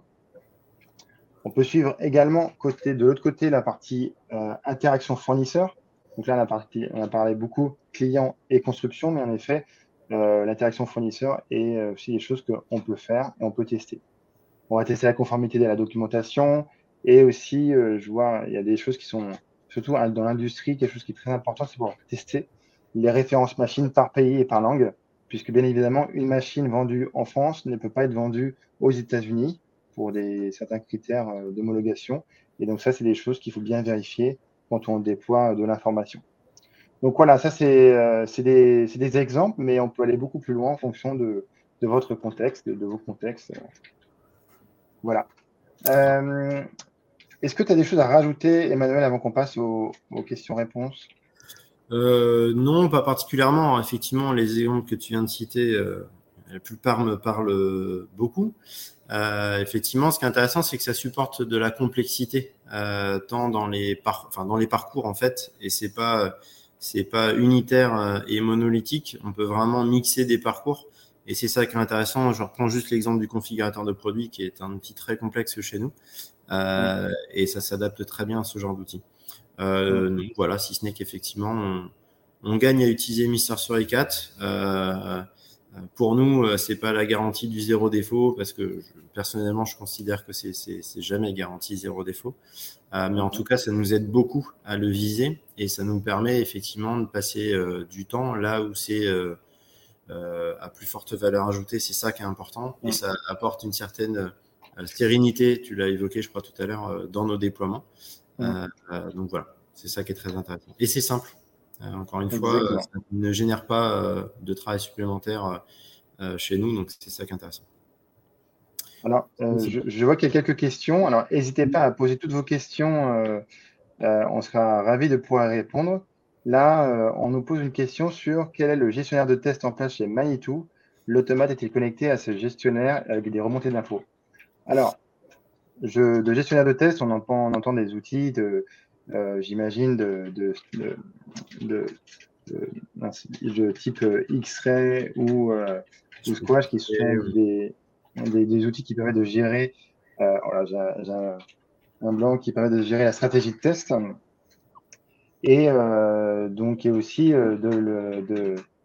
On peut suivre également côté, de l'autre côté la partie euh, interaction fournisseur. Donc là, on a, parlé, on a parlé beaucoup client et construction, mais en effet, euh, l'interaction fournisseur est aussi des choses qu'on peut faire et on peut tester. On va tester la conformité de la documentation et aussi, euh, je vois, il y a des choses qui sont, surtout dans l'industrie, quelque chose qui est très important, c'est pour tester les références machines par pays et par langue, puisque bien évidemment, une machine vendue en France ne peut pas être vendue aux États-Unis pour des, certains critères euh, d'homologation. Et donc ça, c'est des choses qu'il faut bien vérifier quand on déploie de l'information. Donc voilà, ça, c'est euh, des, des exemples, mais on peut aller beaucoup plus loin en fonction de, de votre contexte, de, de vos contextes. Voilà. Euh, Est-ce que tu as des choses à rajouter, Emmanuel, avant qu'on passe aux, aux questions-réponses?
euh, Non, pas particulièrement. Effectivement, les exemples que tu viens de citer, euh, la plupart me parlent beaucoup. Euh, effectivement, ce qui est intéressant, c'est que ça supporte de la complexité, euh, tant dans les, par... enfin, dans les parcours en fait, et c'est pas c'est pas unitaire et monolithique. On peut vraiment mixer des parcours, et c'est ça qui est intéressant. Je reprends juste l'exemple du configurateur de produits, qui est un outil très complexe chez nous, euh, et ça s'adapte très bien à ce genre d'outil. Euh, donc voilà, si ce n'est qu'effectivement, on, on gagne à utiliser Mister Survey quatre. Euh, Pour nous, c'est pas la garantie du zéro défaut, parce que je, personnellement, je considère que c'est c'est jamais garanti zéro défaut. Euh, mais en tout cas, ça nous aide beaucoup à le viser, et ça nous permet effectivement de passer euh, du temps là où c'est euh, euh, à plus forte valeur ajoutée. C'est ça qui est important, et ça apporte une certaine euh, sérénité. Tu l'as évoqué, je crois, tout à l'heure, euh, dans nos déploiements. Euh, euh, donc voilà, c'est ça qui est très intéressant. Et c'est simple. Euh, encore une fois, euh, ça ne génère pas euh, de travail supplémentaire euh, chez nous, donc c'est ça qui est intéressant.
Alors, euh, je, je vois qu'il y a quelques questions. Alors, n'hésitez pas à poser toutes vos questions. Euh, euh, on sera ravis de pouvoir y répondre. Là, euh, on nous pose une question sur quel est le gestionnaire de test en place chez Manitou. L'automate est-il connecté à ce gestionnaire avec des remontées d'infos? Alors, je, de gestionnaire de test, on entend, on entend des outils de, euh, j'imagine, de, de, de, de, de, de type X-Ray ou, euh, ou Squash, qui sont des, des, des outils qui permettent de gérer, euh, voilà, j'ai un, un blanc qui permet de gérer la stratégie de test et euh, donc et aussi euh, de, le, de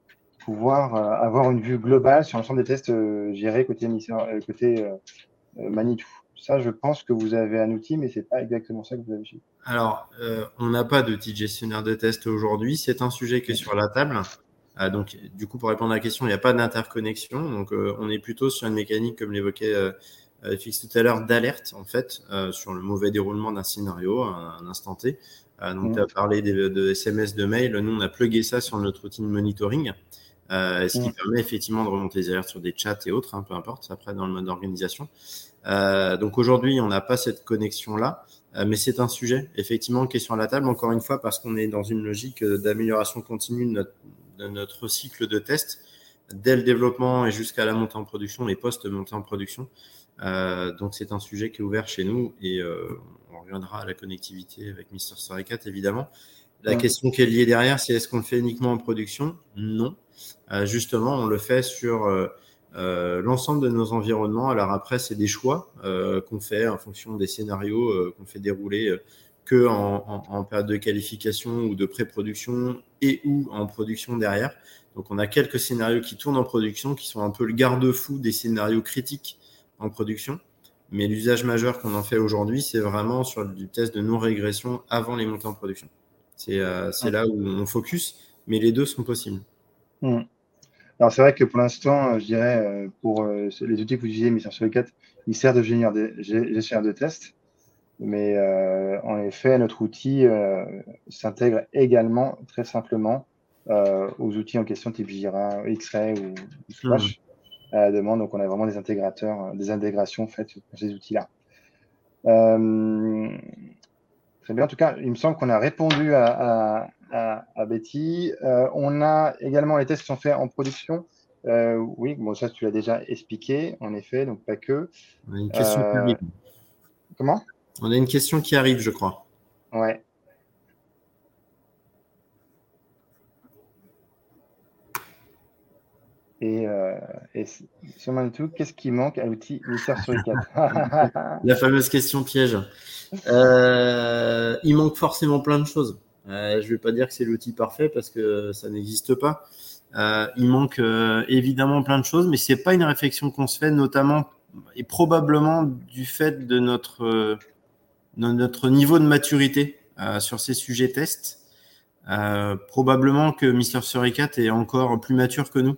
pouvoir euh, avoir une vue globale sur l'ensemble des tests euh, gérés côté, euh, côté euh, Manitou. Ça, je pense que vous avez un outil, mais c'est pas exactement ça que vous avez chez vous.
Alors, euh, on n'a pas d'outil de gestionnaire de test aujourd'hui. C'est un sujet qui est sur la table. Euh, donc, du coup, pour répondre à la question, il n'y a pas d'interconnexion. Donc, euh, on est plutôt sur une mécanique, comme l'évoquait euh, Fix tout à l'heure, d'alerte, en fait, euh, sur le mauvais déroulement d'un scénario à un instant T. Euh, donc, mmh. tu as parlé de, de S M S, de mail. Nous, on a plugué ça sur notre outil de monitoring, euh, ce qui mmh. permet effectivement de remonter les alertes sur des chats et autres, hein, peu importe, après dans le mode d'organisation. Euh, donc, aujourd'hui, on n'a pas cette connexion-là. Euh, mais c'est un sujet, effectivement, qui est sur la table, encore une fois, parce qu'on est dans une logique d'amélioration continue de notre, de notre cycle de test, dès le développement et jusqu'à la montée en production, les post-montée en production. Euh, donc, c'est un sujet qui est ouvert chez nous et euh, on reviendra à la connectivité avec Mister Story quatre, évidemment. La ouais. question qui est liée derrière, c'est est-ce qu'on le fait uniquement en production ? Non. Euh, justement, on le fait sur... Euh, Euh, l'ensemble de nos environnements. Alors après, c'est des choix euh, qu'on fait en fonction des scénarios euh, qu'on fait dérouler euh, que en, en, en période de qualification ou de pré-production et ou en production derrière. Donc, on a quelques scénarios qui tournent en production, qui sont un peu le garde-fou des scénarios critiques en production. Mais l'usage majeur qu'on en fait aujourd'hui, c'est vraiment sur du test de non-régression avant les montées en production. C'est, euh, c'est là où on focus, mais les deux sont possibles.
Mmh. Alors, c'est vrai que pour l'instant, je dirais, pour les outils que vous utilisez, Mister Story quatre, ils servent de gestionnaire de, gestionnaire de test. Mais euh, en effet, notre outil euh, s'intègre également très simplement euh, aux outils en question type Jira, X-Ray ou, ou Squash mmh. à la demande. Donc, on a vraiment des intégrateurs, des intégrations faites pour ces outils-là. Euh, très bien. En tout cas, il me semble qu'on a répondu à, à, à, à Betty. Euh, on a également les tests qui sont faits en production. Euh, oui, bon, ça, tu l'as déjà expliqué, en effet, donc pas que.
On a une question euh, qui arrive.
Comment ?
On a une question qui arrive, je crois.
Ouais. Et, euh, et sur Manitou, qu'est-ce qui manque à l'outil Mister Story quatre ?
La fameuse question piège. Euh, il manque forcément plein de choses. Euh, je ne vais pas dire que c'est l'outil parfait parce que ça n'existe pas. Euh, il manque euh, évidemment plein de choses, mais c'est pas une réflexion qu'on se fait, notamment et probablement du fait de notre euh, notre niveau de maturité euh, sur ces sujets tests. Euh, probablement que Mister Story quatre est encore plus mature que nous.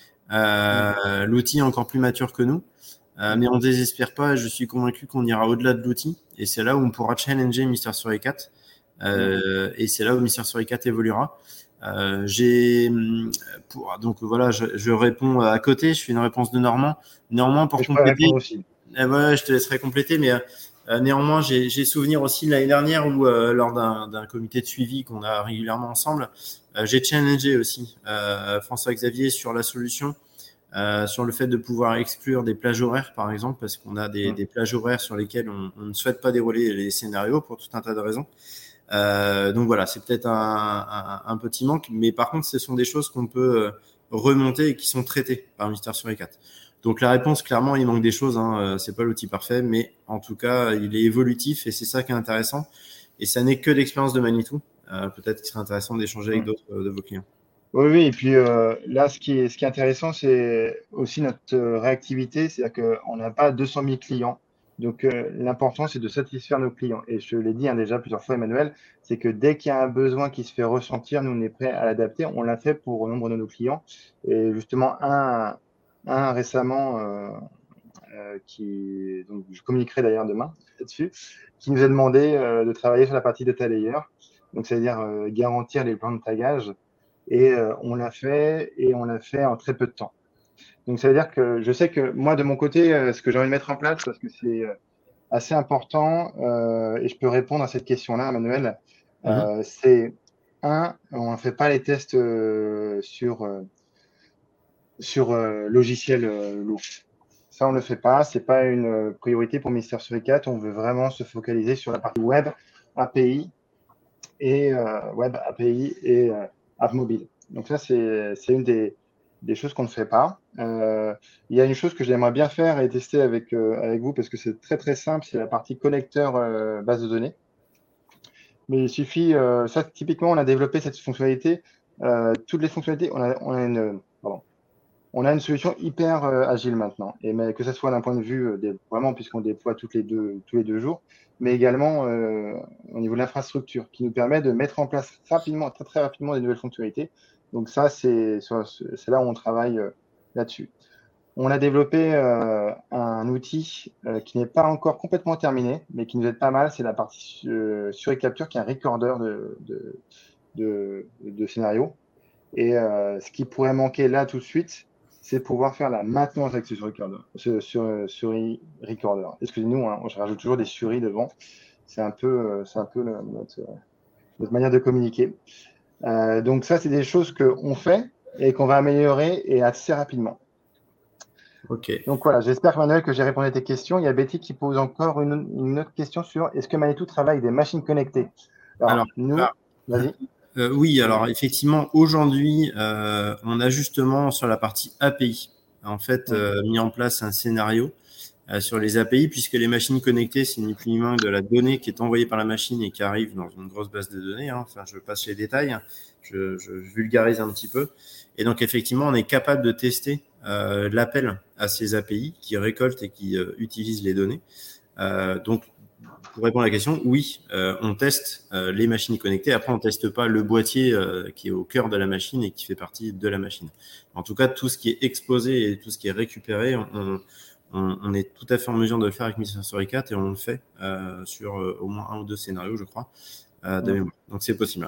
Euh, l'outil est encore plus mature que nous. Euh, mais on ne désespère pas, je suis convaincu qu'on ira au-delà de l'outil et c'est là où on pourra challenger Mister Story quatre euh, et c'est là où Mister Story quatre évoluera. Euh, j'ai pour, donc voilà, je, je réponds à côté, je fais une réponse de Normand. Néanmoins, pour
et
compléter,
aussi.
Eh ben, je te laisserai compléter, mais euh, néanmoins, j'ai, j'ai souvenir aussi l'année dernière où euh, lors d'un, d'un comité de suivi qu'on a régulièrement ensemble, euh, j'ai challengé aussi euh, François-Xavier sur la solution. Euh, sur le fait de pouvoir exclure des plages horaires, par exemple, parce qu'on a des, mmh. des plages horaires sur lesquelles on, on ne souhaite pas dérouler les scénarios pour tout un tas de raisons. Euh, donc voilà, c'est peut-être un, un, un petit manque, mais par contre, ce sont des choses qu'on peut remonter et qui sont traitées par Mister Story quatre. Donc la réponse, clairement, il manque des choses. Hein, c'est pas l'outil parfait, mais en tout cas, il est évolutif et c'est ça qui est intéressant. Et ça n'est que l'expérience de Manitou. Euh, peut-être qu'il serait intéressant d'échanger avec mmh. d'autres euh, de vos clients.
Oui, oui, et puis euh, là, ce qui est, ce qui est intéressant, c'est aussi notre réactivité, c'est-à-dire qu'on n'a pas deux cent mille clients. Donc, euh, l'important, c'est de satisfaire nos clients. Et je l'ai dit hein, déjà plusieurs fois, Emmanuel, c'est que dès qu'il y a un besoin qui se fait ressentir, nous, on est prêt à l'adapter. On l'a fait pour nombre de nos clients. Et justement, un, un récemment, euh, euh, qui, donc, je communiquerai d'ailleurs demain là-dessus, qui nous a demandé euh, de travailler sur la partie data layer. Donc, c'est-à-dire euh, garantir les plans de tagage. Et euh, on l'a fait et on l'a fait en très peu de temps. Donc, ça veut dire que je sais que moi, de mon côté, euh, ce que j'ai envie de mettre en place, parce que c'est euh, assez important, euh, et je peux répondre à cette question-là, Emmanuel, euh, mm-hmm. c'est un, on ne fait pas les tests euh, sur, euh, sur euh, logiciel euh, lourd. Ça, on ne le fait pas. Ce n'est pas une priorité pour Mister Story quatre. On veut vraiment se focaliser sur la partie web, A P I et euh, web A P I et euh, app mobile. Donc ça, c'est, c'est une des, des choses qu'on ne fait pas. Euh, il y a une chose que j'aimerais bien faire et tester avec, euh, avec vous parce que c'est très très simple, c'est la partie connecteur euh, base de données. Mais il suffit, euh, ça typiquement, on a développé cette fonctionnalité. Euh, toutes les fonctionnalités, on a, on a une, pardon, on a une solution hyper euh, agile maintenant, et mais, que ce soit d'un point de vue euh, des, vraiment puisqu'on déploie toutes les deux, tous les deux jours, mais également euh, au niveau de l'infrastructure, qui nous permet de mettre en place rapidement, très très rapidement des nouvelles fonctionnalités. Donc ça, c'est c'est là où on travaille euh, là-dessus. On a développé euh, un outil euh, qui n'est pas encore complètement terminé, mais qui nous aide pas mal, c'est la partie euh, sur capture, qui est un recorder de, de, de, de scénario. Et euh, ce qui pourrait manquer là tout de suite, c'est pouvoir faire la maintenance avec ce recorder. Ce, sur, sur recorder. Excusez-nous, hein, je rajoute toujours des suris devant. C'est un peu, euh, c'est un peu le, notre, notre manière de communiquer. Euh, donc ça, c'est des choses qu'on fait et qu'on va améliorer et assez rapidement.
Ok.
Donc voilà, j'espère, Manuel, que j'ai répondu à tes questions. Il y a Betty qui pose encore une, une autre question sur est-ce que Manitou travaille avec des machines connectées? Alors,
Alors,
nous,
ah,
vas-y.
Euh, oui, alors effectivement, aujourd'hui, euh, on a justement sur la partie A P I, en fait, euh, mis en place un scénario euh, sur les A P I, puisque les machines connectées, c'est ni plus ni moins que de la donnée qui est envoyée par la machine et qui arrive dans une grosse base de données. Hein. Enfin, je passe les détails, je, je vulgarise un petit peu. Et donc, effectivement, on est capable de tester euh, l'appel à ces A P I qui récoltent et qui euh, utilisent les données. Euh, donc, pour répondre à la question, oui, euh, on teste euh, les machines connectées. Après, on teste pas le boîtier euh, qui est au cœur de la machine et qui fait partie de la machine. En tout cas, tout ce qui est exposé et tout ce qui est récupéré, on, on, on est tout à fait en mesure de le faire avec Mister Story quatre et on le fait euh, sur euh, au moins un ou deux scénarios, je crois, euh, de mémoire. Donc, c'est possible.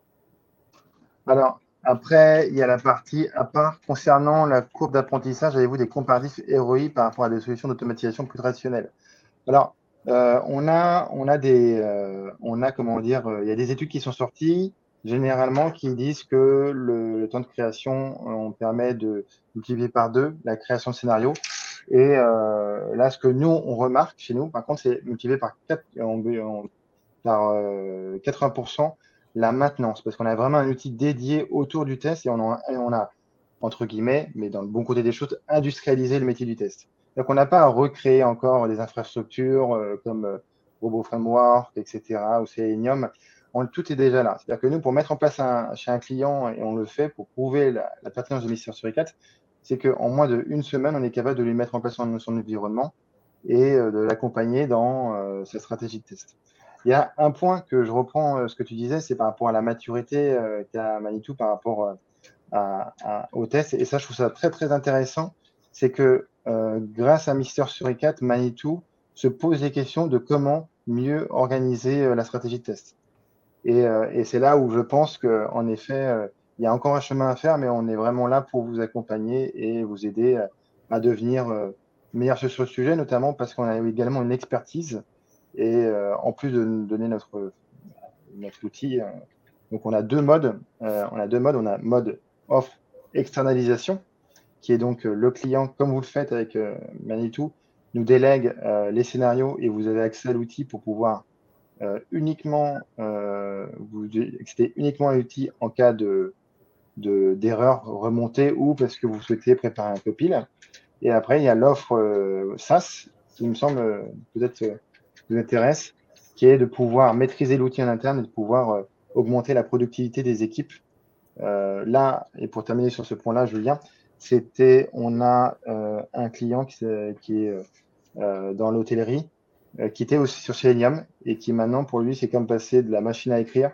Alors, après, il y a la partie à part concernant la courbe d'apprentissage. Avez-vous des comparatifs R O I par rapport à des solutions d'automatisation plus traditionnelles? Alors, euh, on a, on a des, euh, on a comment dire, euh, il y a des études qui sont sorties généralement qui disent que le, le temps de création, on permet de multiplier par deux la création de scénarios. Et euh, là, ce que nous on remarque chez nous, par contre, c'est multiplié par quatre, on, on, par euh, quatre-vingts pour cent la maintenance, parce qu'on a vraiment un outil dédié autour du test et on a, on a entre guillemets, mais dans le bon côté des choses, industrialisé le métier du test. Donc, on n'a pas à recréer encore des infrastructures euh, comme euh, Robo Framework, et cetera, ou Selenium. On, tout est déjà là. C'est-à-dire que nous, pour mettre en place un, chez un client, et on le fait pour prouver la, la pertinence de Mister Story quatre, c'est qu'en moins d'une semaine, on est capable de lui mettre en place son, son environnement et euh, de l'accompagner dans euh, sa stratégie de test. Il y a un point que je reprends euh, ce que tu disais, c'est par rapport à la maturité euh, qu'a Manitou par rapport euh, à, à, au test. Et ça, je trouve ça très, très intéressant. C'est que euh, grâce à Mister Story quatre, Manitou se pose des questions de comment mieux organiser euh, la stratégie de test. Et, euh, et c'est là où je pense qu'en effet, euh, il y a encore un chemin à faire, mais on est vraiment là pour vous accompagner et vous aider à, à devenir euh, meilleur sur ce sujet, notamment parce qu'on a également une expertise et euh, en plus de nous donner notre, notre outil. Euh, donc on a deux modes. Euh, on a deux modes. On a mode offre externalisation, qui est donc euh, le client, comme vous le faites avec euh, Manitou, nous délègue euh, les scénarios et vous avez accès à l'outil pour pouvoir euh, uniquement euh, vous accédez uniquement à l'outil en cas de de, d'erreur remontée ou parce que vous souhaitez préparer un copil. Et après, il y a l'offre euh, SaaS, qui me semble euh, peut-être euh, vous intéresse, qui est de pouvoir maîtriser l'outil en interne et de pouvoir euh, augmenter la productivité des équipes. Euh, là, et pour terminer sur ce point-là, Julien, c'était, on a euh, un client qui, qui est euh, dans l'hôtellerie, euh, qui était aussi sur Selenium et qui maintenant, pour lui, c'est comme passer de la machine à écrire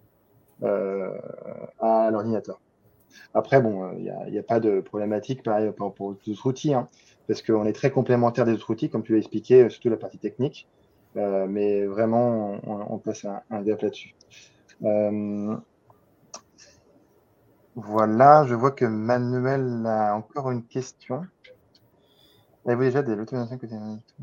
euh, à l'ordinateur. Après, bon, il euh, n'y a, a, pas de problématique pareil pour, pour d'autres outils, hein, parce qu'on est très complémentaires des autres outils, comme tu l'as expliqué, surtout la partie technique. Euh, mais vraiment, on, on passe un, un gap là-dessus. Euh, voilà, je vois que Manuel a encore une question. Avez-vous déjà des l'automatisation que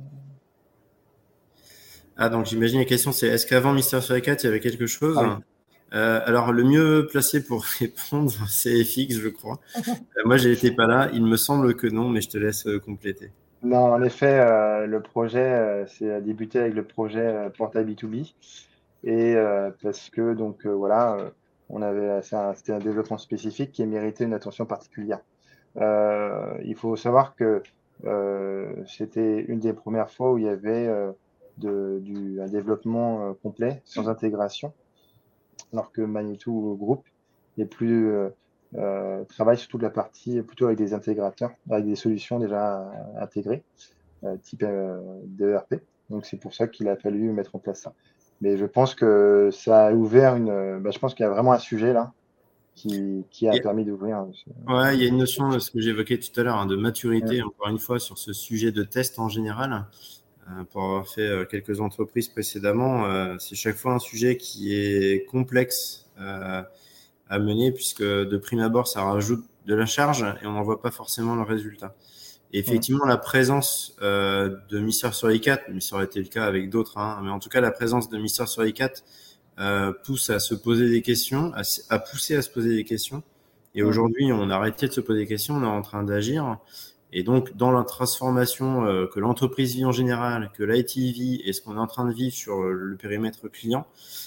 Ah, donc j'imagine la question c'est est-ce qu'avant Mister Story quatre, il y avait quelque chose?
Ah oui.
Euh, alors, le mieux placé pour répondre, c'est F X, je crois. Euh, moi, j'ai été pas là. Il me semble que non, mais je te laisse euh, compléter.
Non, en effet, euh, le projet, euh, c'est débuté avec le projet euh, Portal B deux B. Et euh, parce que, donc, euh, voilà, euh, on avait, c'était un développement spécifique qui méritait une attention particulière. Euh, il faut savoir que euh, c'était une des premières fois où il y avait euh, de, du, un développement euh, complet, sans intégration, alors que Manitou Group est plus, euh, euh, travaille sur toute la partie plutôt avec des intégrateurs, avec des solutions déjà euh, intégrées, euh, type euh, D E R P. Donc c'est pour ça qu'il a fallu mettre en place ça. Mais je pense que ça a ouvert une. Bah, je pense qu'il y a vraiment un sujet là qui, qui a
Et,
permis d'ouvrir.
ouais, il y a une notion de ce que j'évoquais tout à l'heure, hein, de
Ouais.
maturité, encore une fois, sur ce sujet de test en général. Euh, pour avoir fait euh, quelques entreprises précédemment, euh, c'est chaque fois un sujet qui est complexe euh, à mener, puisque de prime abord, ça rajoute de la charge et on n'en voit pas forcément le résultat. Et
Mm.
effectivement, la présence euh, de Mister sur i quatre, mais ça aurait été le cas avec d'autres, hein, mais en tout cas, la présence de Mister sur i quatre euh, pousse à se poser des questions, à, à pousser à se poser des questions. Et
Mm.
aujourd'hui, on a arrêté de se poser des questions, on est en train d'agir. Et donc, dans la transformation euh, que l'entreprise vit en général, que l'I T vit et ce qu'on est en train de vivre sur le périmètre client,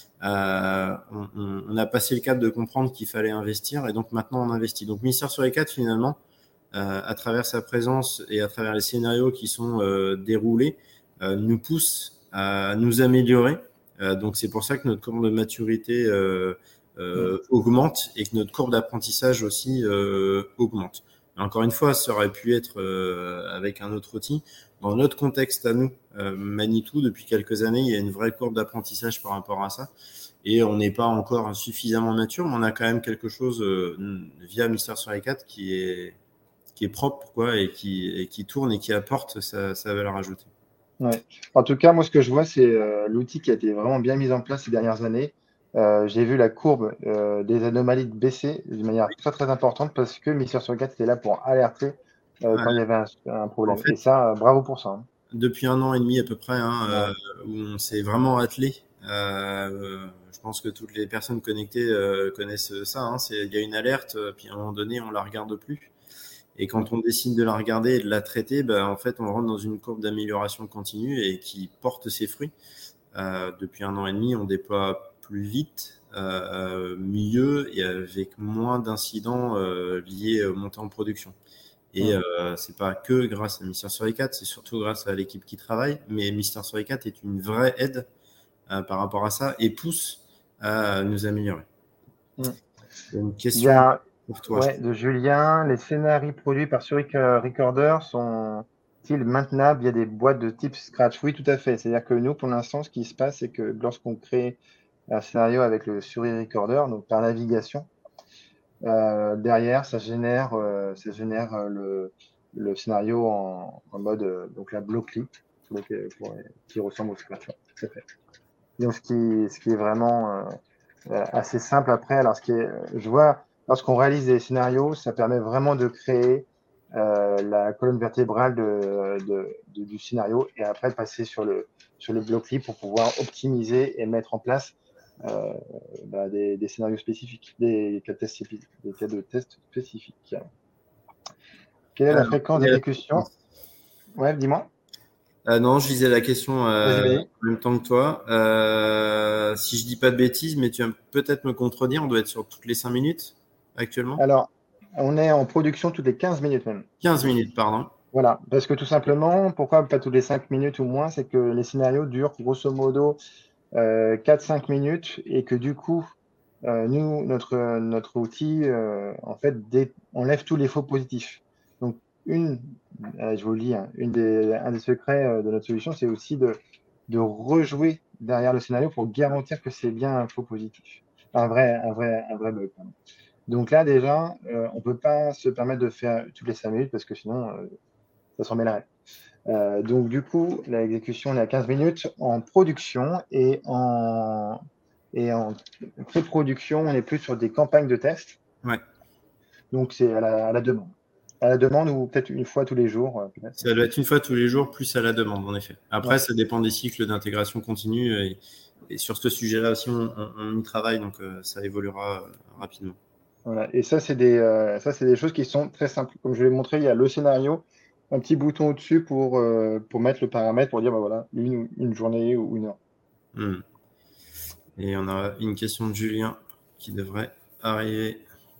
euh, on, on, on a passé le cap de comprendre qu'il fallait investir et donc maintenant on investit. Donc, Mister sur i quatre, finalement, euh, à travers sa présence et à travers les scénarios qui sont euh, déroulés, euh, nous pousse à nous améliorer. Euh, donc c'est pour ça que notre courbe de maturité euh, euh, augmente et que notre courbe d'apprentissage aussi euh, augmente. Mais encore une fois, ça aurait pu être euh, avec un autre outil. Dans notre contexte à nous, euh, Manitou, depuis quelques années, il y a une vraie courbe d'apprentissage par rapport à ça. Et on n'est pas encore suffisamment mature, mais on a quand même quelque chose euh, via Mister sur i quatre qui est qui est propre quoi, et, qui, et qui tourne et qui apporte sa, sa valeur ajoutée.
Ouais. En tout cas, moi, ce que je vois, c'est euh, l'outil qui a été vraiment bien mis en place ces dernières années. Euh, j'ai vu la courbe euh, des anomalies baisser de manière très très importante parce que Mister sur quatre était là pour alerter euh,
Ouais.
quand il y avait un, un
En
problème.
fait,
Et ça, euh, bravo pour ça. Hein.
depuis un an et demi à peu près, hein,
Ouais.
euh, où on s'est vraiment attelé. Euh, je pense que toutes les personnes connectées euh, connaissent ça. Hein, c'est, il y a une alerte, puis à un moment donné, on la regarde plus. Et quand on décide de la regarder et de la traiter, ben, en fait, on rentre dans une courbe d'amélioration continue et qui porte ses fruits. Euh, depuis un an et demi, on déploie plus vite, euh, mieux et avec moins d'incidents euh, liés aux montées en production. Et
Mm.
euh, c'est pas que grâce à Mister sur i quatre, c'est surtout grâce à l'équipe qui travaille. Mais Mister sur i quatre est une vraie aide euh, par rapport à ça et pousse à nous améliorer.
Mm.
Il y a une
Il y
question
a,
pour toi.
ouais, de Julien, les scénarios produits par Zurich euh, Recorder sont-ils maintenables via des boîtes de type Scratch? Oui, tout à fait. C'est-à-dire que nous, pour l'instant, ce qui se passe, c'est que lorsqu'on crée un scénario avec le Zurich Recorder, donc par navigation, euh, derrière, ça génère, euh, ça génère euh, le, le scénario en, en mode euh, donc la blockly, donc, euh, pour- qui ressemble au Scratch. Ouais, tout à fait. Donc, ce qui, ce qui est vraiment euh, euh, assez simple après. Alors, ce qui est, je vois, lorsqu'on réalise des scénarios, ça permet vraiment de créer euh, la colonne vertébrale de, de, de, du scénario et après de passer sur le, sur le bloc-li pour pouvoir optimiser et mettre en place euh, bah, des, des scénarios spécifiques, des cas de test, des cas de test spécifiques. Quelle est la
Alors,
fréquence
quelle est la
d'exécution?
fréquence?
Ouais, dis-moi.
Euh, non, je lisais la question
Vas-y,
euh,
vas-y.
en même temps que toi. Euh, si je dis pas de bêtises, mais tu vas peut-être me contredire, on doit être sur toutes les cinq minutes actuellement.
Alors, on est en production toutes les quinze minutes même.
quinze minutes, pardon.
Voilà, parce que tout simplement, pourquoi pas toutes les cinq minutes ou moins, c'est que les scénarios durent grosso modo euh, quatre cinq minutes et que du coup, euh, nous, notre, notre outil, euh, en fait, dé- enlève tous les faux positifs. Donc, une, euh, je vous le dis, hein, une des, un des secrets euh, de notre solution, c'est aussi de, de rejouer derrière le scénario pour garantir que c'est bien un faux positif. Un vrai, un vrai, un vrai bug. Pardon. Donc là, déjà, euh, on peut pas se permettre de faire toutes les cinq minutes parce que sinon, euh, ça s'en mêlerait. Euh, donc, du coup, l'exécution, on est à quinze minutes en production et en, et en pré-production, on est plus sur des campagnes de test.
Ouais.
Donc, c'est à la, à la demande. À la demande ou peut-être une fois tous les jours. euh, peut-être.
Ça doit être une fois tous les jours, plus à la demande, en effet. Après,
Ouais.
ça dépend des cycles d'intégration continue. Et, et sur ce sujet-là aussi, on, on, on y travaille, donc euh, ça évoluera euh, rapidement.
Voilà. Et ça, c'est des, euh, ça, c'est des choses qui sont très simples. Comme je l'ai montré, il y a le scénario, un petit bouton au-dessus pour, euh, pour mettre le paramètre, pour dire, bah, voilà, une, une journée ou une heure.
Hmm. Et on a une question de Julien qui devrait arriver.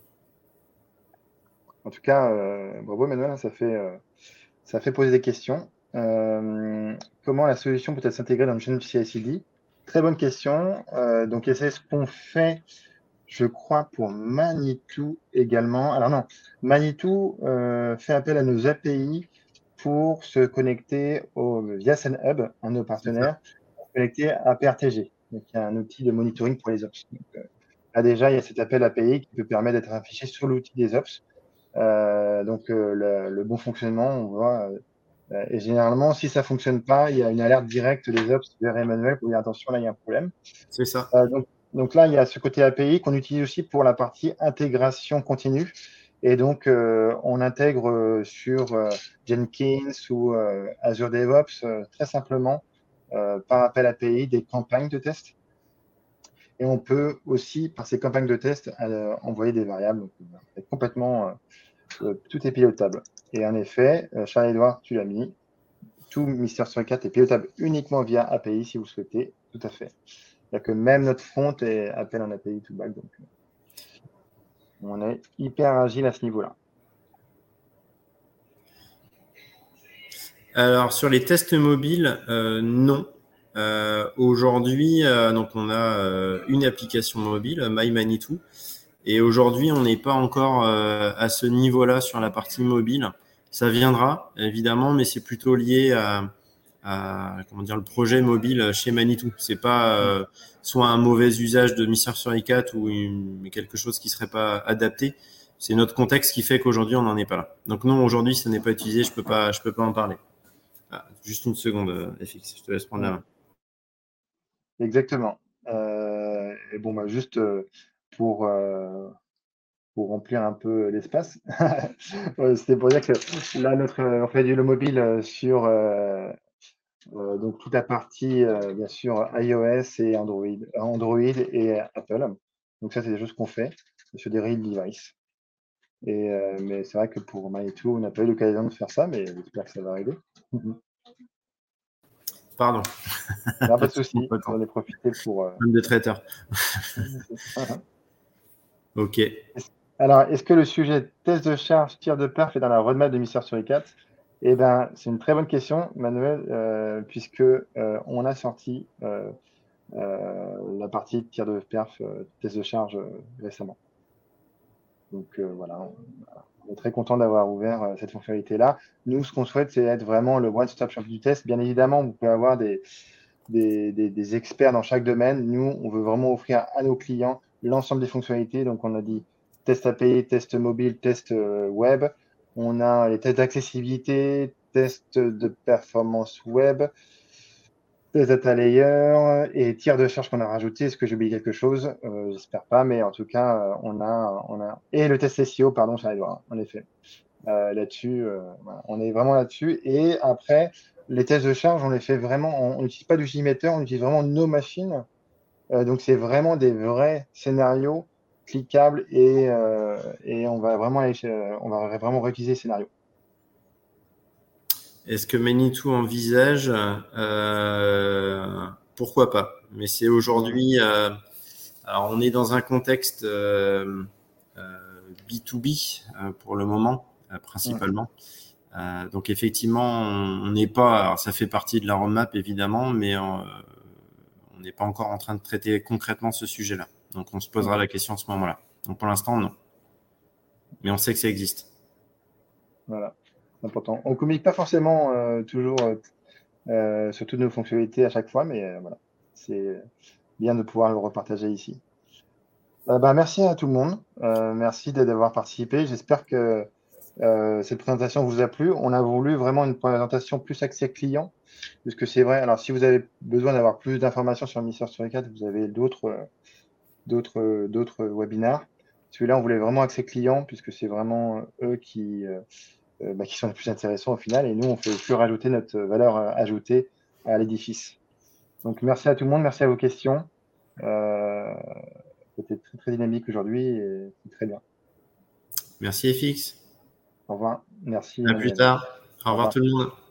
En tout cas, euh, bravo Manuel, ça fait, euh, ça fait poser des questions. Euh, comment la solution peut-elle s'intégrer dans le chaîne C I C D? Très bonne question. Euh, donc, c'est ce qu'on fait je crois pour Manitou également. Alors non, Manitou euh, fait appel à nos A P I pour se connecter au, via SendHub, un de nos partenaires, pour se connecter à P R T G. Donc, il y a un outil de monitoring pour les ops. Donc, euh, là, déjà, il y a cet appel A P I qui peut permettre d'être affiché sur l'outil des ops. Euh, donc, euh, le, le bon fonctionnement, on voit. Euh, et généralement, si ça fonctionne pas, il y a une alerte directe des ops vers Emmanuel pour dire attention, là, il y a un problème.
C'est ça.
Euh, donc, donc là, il y a ce côté A P I qu'on utilise aussi pour la partie intégration continue. Et donc, euh, on intègre euh, sur euh, Jenkins ou euh, Azure DevOps euh, très simplement euh, par appel A P I des campagnes de test. Et on peut aussi, par ces campagnes de test, euh, envoyer des variables. Donc, c'est complètement, euh, tout est pilotable. Et en effet, euh, Charles-Édouard, tu l'as mis, tout Mister quatre est pilotable uniquement via A P I si vous le souhaitez. Tout à fait. C'est-à-dire que même notre front est appel en A P I to back. Donc, on est hyper agile à ce niveau-là.
Alors, sur les tests mobiles, euh, non. Euh, aujourd'hui, euh, donc on a euh, une application mobile, MyManitou, et aujourd'hui, on n'est pas encore euh, à ce niveau-là sur la partie mobile. Ça viendra, évidemment, mais c'est plutôt lié à, à comment dire, le projet mobile chez Manitou. C'est pas euh, soit un mauvais usage de Mister Suricat ou une, quelque chose qui serait pas adapté. C'est notre contexte qui fait qu'aujourd'hui, on n'en est pas là. Donc non, aujourd'hui, ça n'est pas utilisé. Je peux pas, je peux pas en parler. Ah, juste une seconde, F X, je te laisse prendre la main.
Exactement. Euh, et bon, bah, juste euh, pour, euh, pour remplir un peu l'espace, c'était pour dire que là, notre, on fait du mobile sur euh, euh, donc toute la partie, euh, bien sûr, iOS et Android, Android et Apple. Donc ça, c'est des choses qu'on fait sur des real devices. Et, euh, mais c'est vrai que pour Manitou, on n'a pas eu l'occasion de faire ça, mais j'espère que ça va arriver.
Pardon.
Non, pas de souci, j'en ai profité pour. Euh...
de traiteur. Ok.
Alors, est-ce que le sujet test de charge, tir de perf est dans la roadmap de Mister Suricat? Eh bien, c'est une très bonne question, Manuel, euh, puisque euh, on a sorti euh, euh, la partie tir de perf, euh, test de charge euh, récemment. Donc euh, voilà, on, on est très content d'avoir ouvert euh, cette fonctionnalité-là. Nous, ce qu'on souhaite, c'est être vraiment le one-stop shop du test. Bien évidemment, vous pouvez avoir des, des, des, des experts dans chaque domaine. Nous, on veut vraiment offrir à nos clients l'ensemble des fonctionnalités. Donc, on a dit test A P I, test mobile, test euh, web. On a les tests d'accessibilité, tests de performance web, test data layer et tir de charge qu'on a rajouté. Est-ce que j'ai oublié quelque chose? euh, J'espère pas, mais en tout cas, euh, on a, on a et le test S E O, pardon, ça arrive, en effet. Euh, là-dessus, euh, voilà, on est vraiment là-dessus. Et après, les tests de charge, on les fait vraiment, on n'utilise pas du JMeter, on utilise vraiment nos machines. Euh, donc, c'est vraiment des vrais scénarios cliquables et, euh, et on va vraiment aller, on va vraiment réutiliser ces scénarios.
Est-ce que Manitou envisage euh, pourquoi pas? Mais c'est aujourd'hui. Euh, alors, on est dans un contexte euh, euh, B deux B euh, pour le moment, euh, principalement. Mmh. Euh, donc, effectivement, on n'est pas. Alors, ça fait partie de la roadmap, évidemment, mais euh, on n'est pas encore en train de traiter concrètement ce sujet-là. Donc, on se posera mmh. la question à ce moment-là. Donc, pour l'instant, non. Mais on sait que ça existe.
Voilà. Important. On ne communique pas forcément euh, toujours euh, sur toutes nos fonctionnalités à chaque fois, mais euh, voilà, c'est bien de pouvoir le repartager ici. Euh, bah, merci à tout le monde. Euh, merci d'avoir participé. J'espère que euh, cette présentation vous a plu. On a voulu vraiment une présentation plus axée client, puisque c'est vrai. Alors, si vous avez besoin d'avoir plus d'informations sur Mister Suricat, vous avez d'autres, d'autres, d'autres webinaires. Celui-là, on voulait vraiment axer client, puisque c'est vraiment eux qui euh, Euh, bah, qui sont les plus intéressants au final. Et nous, on fait plus rajouter notre valeur euh, ajoutée à l'édifice. Donc, merci à tout le monde. Merci à vos questions. Euh, C'était très, très dynamique aujourd'hui et c'est très bien.
Merci F X.
Au revoir. Merci.
À plus tard. Au revoir, Au revoir tout le monde.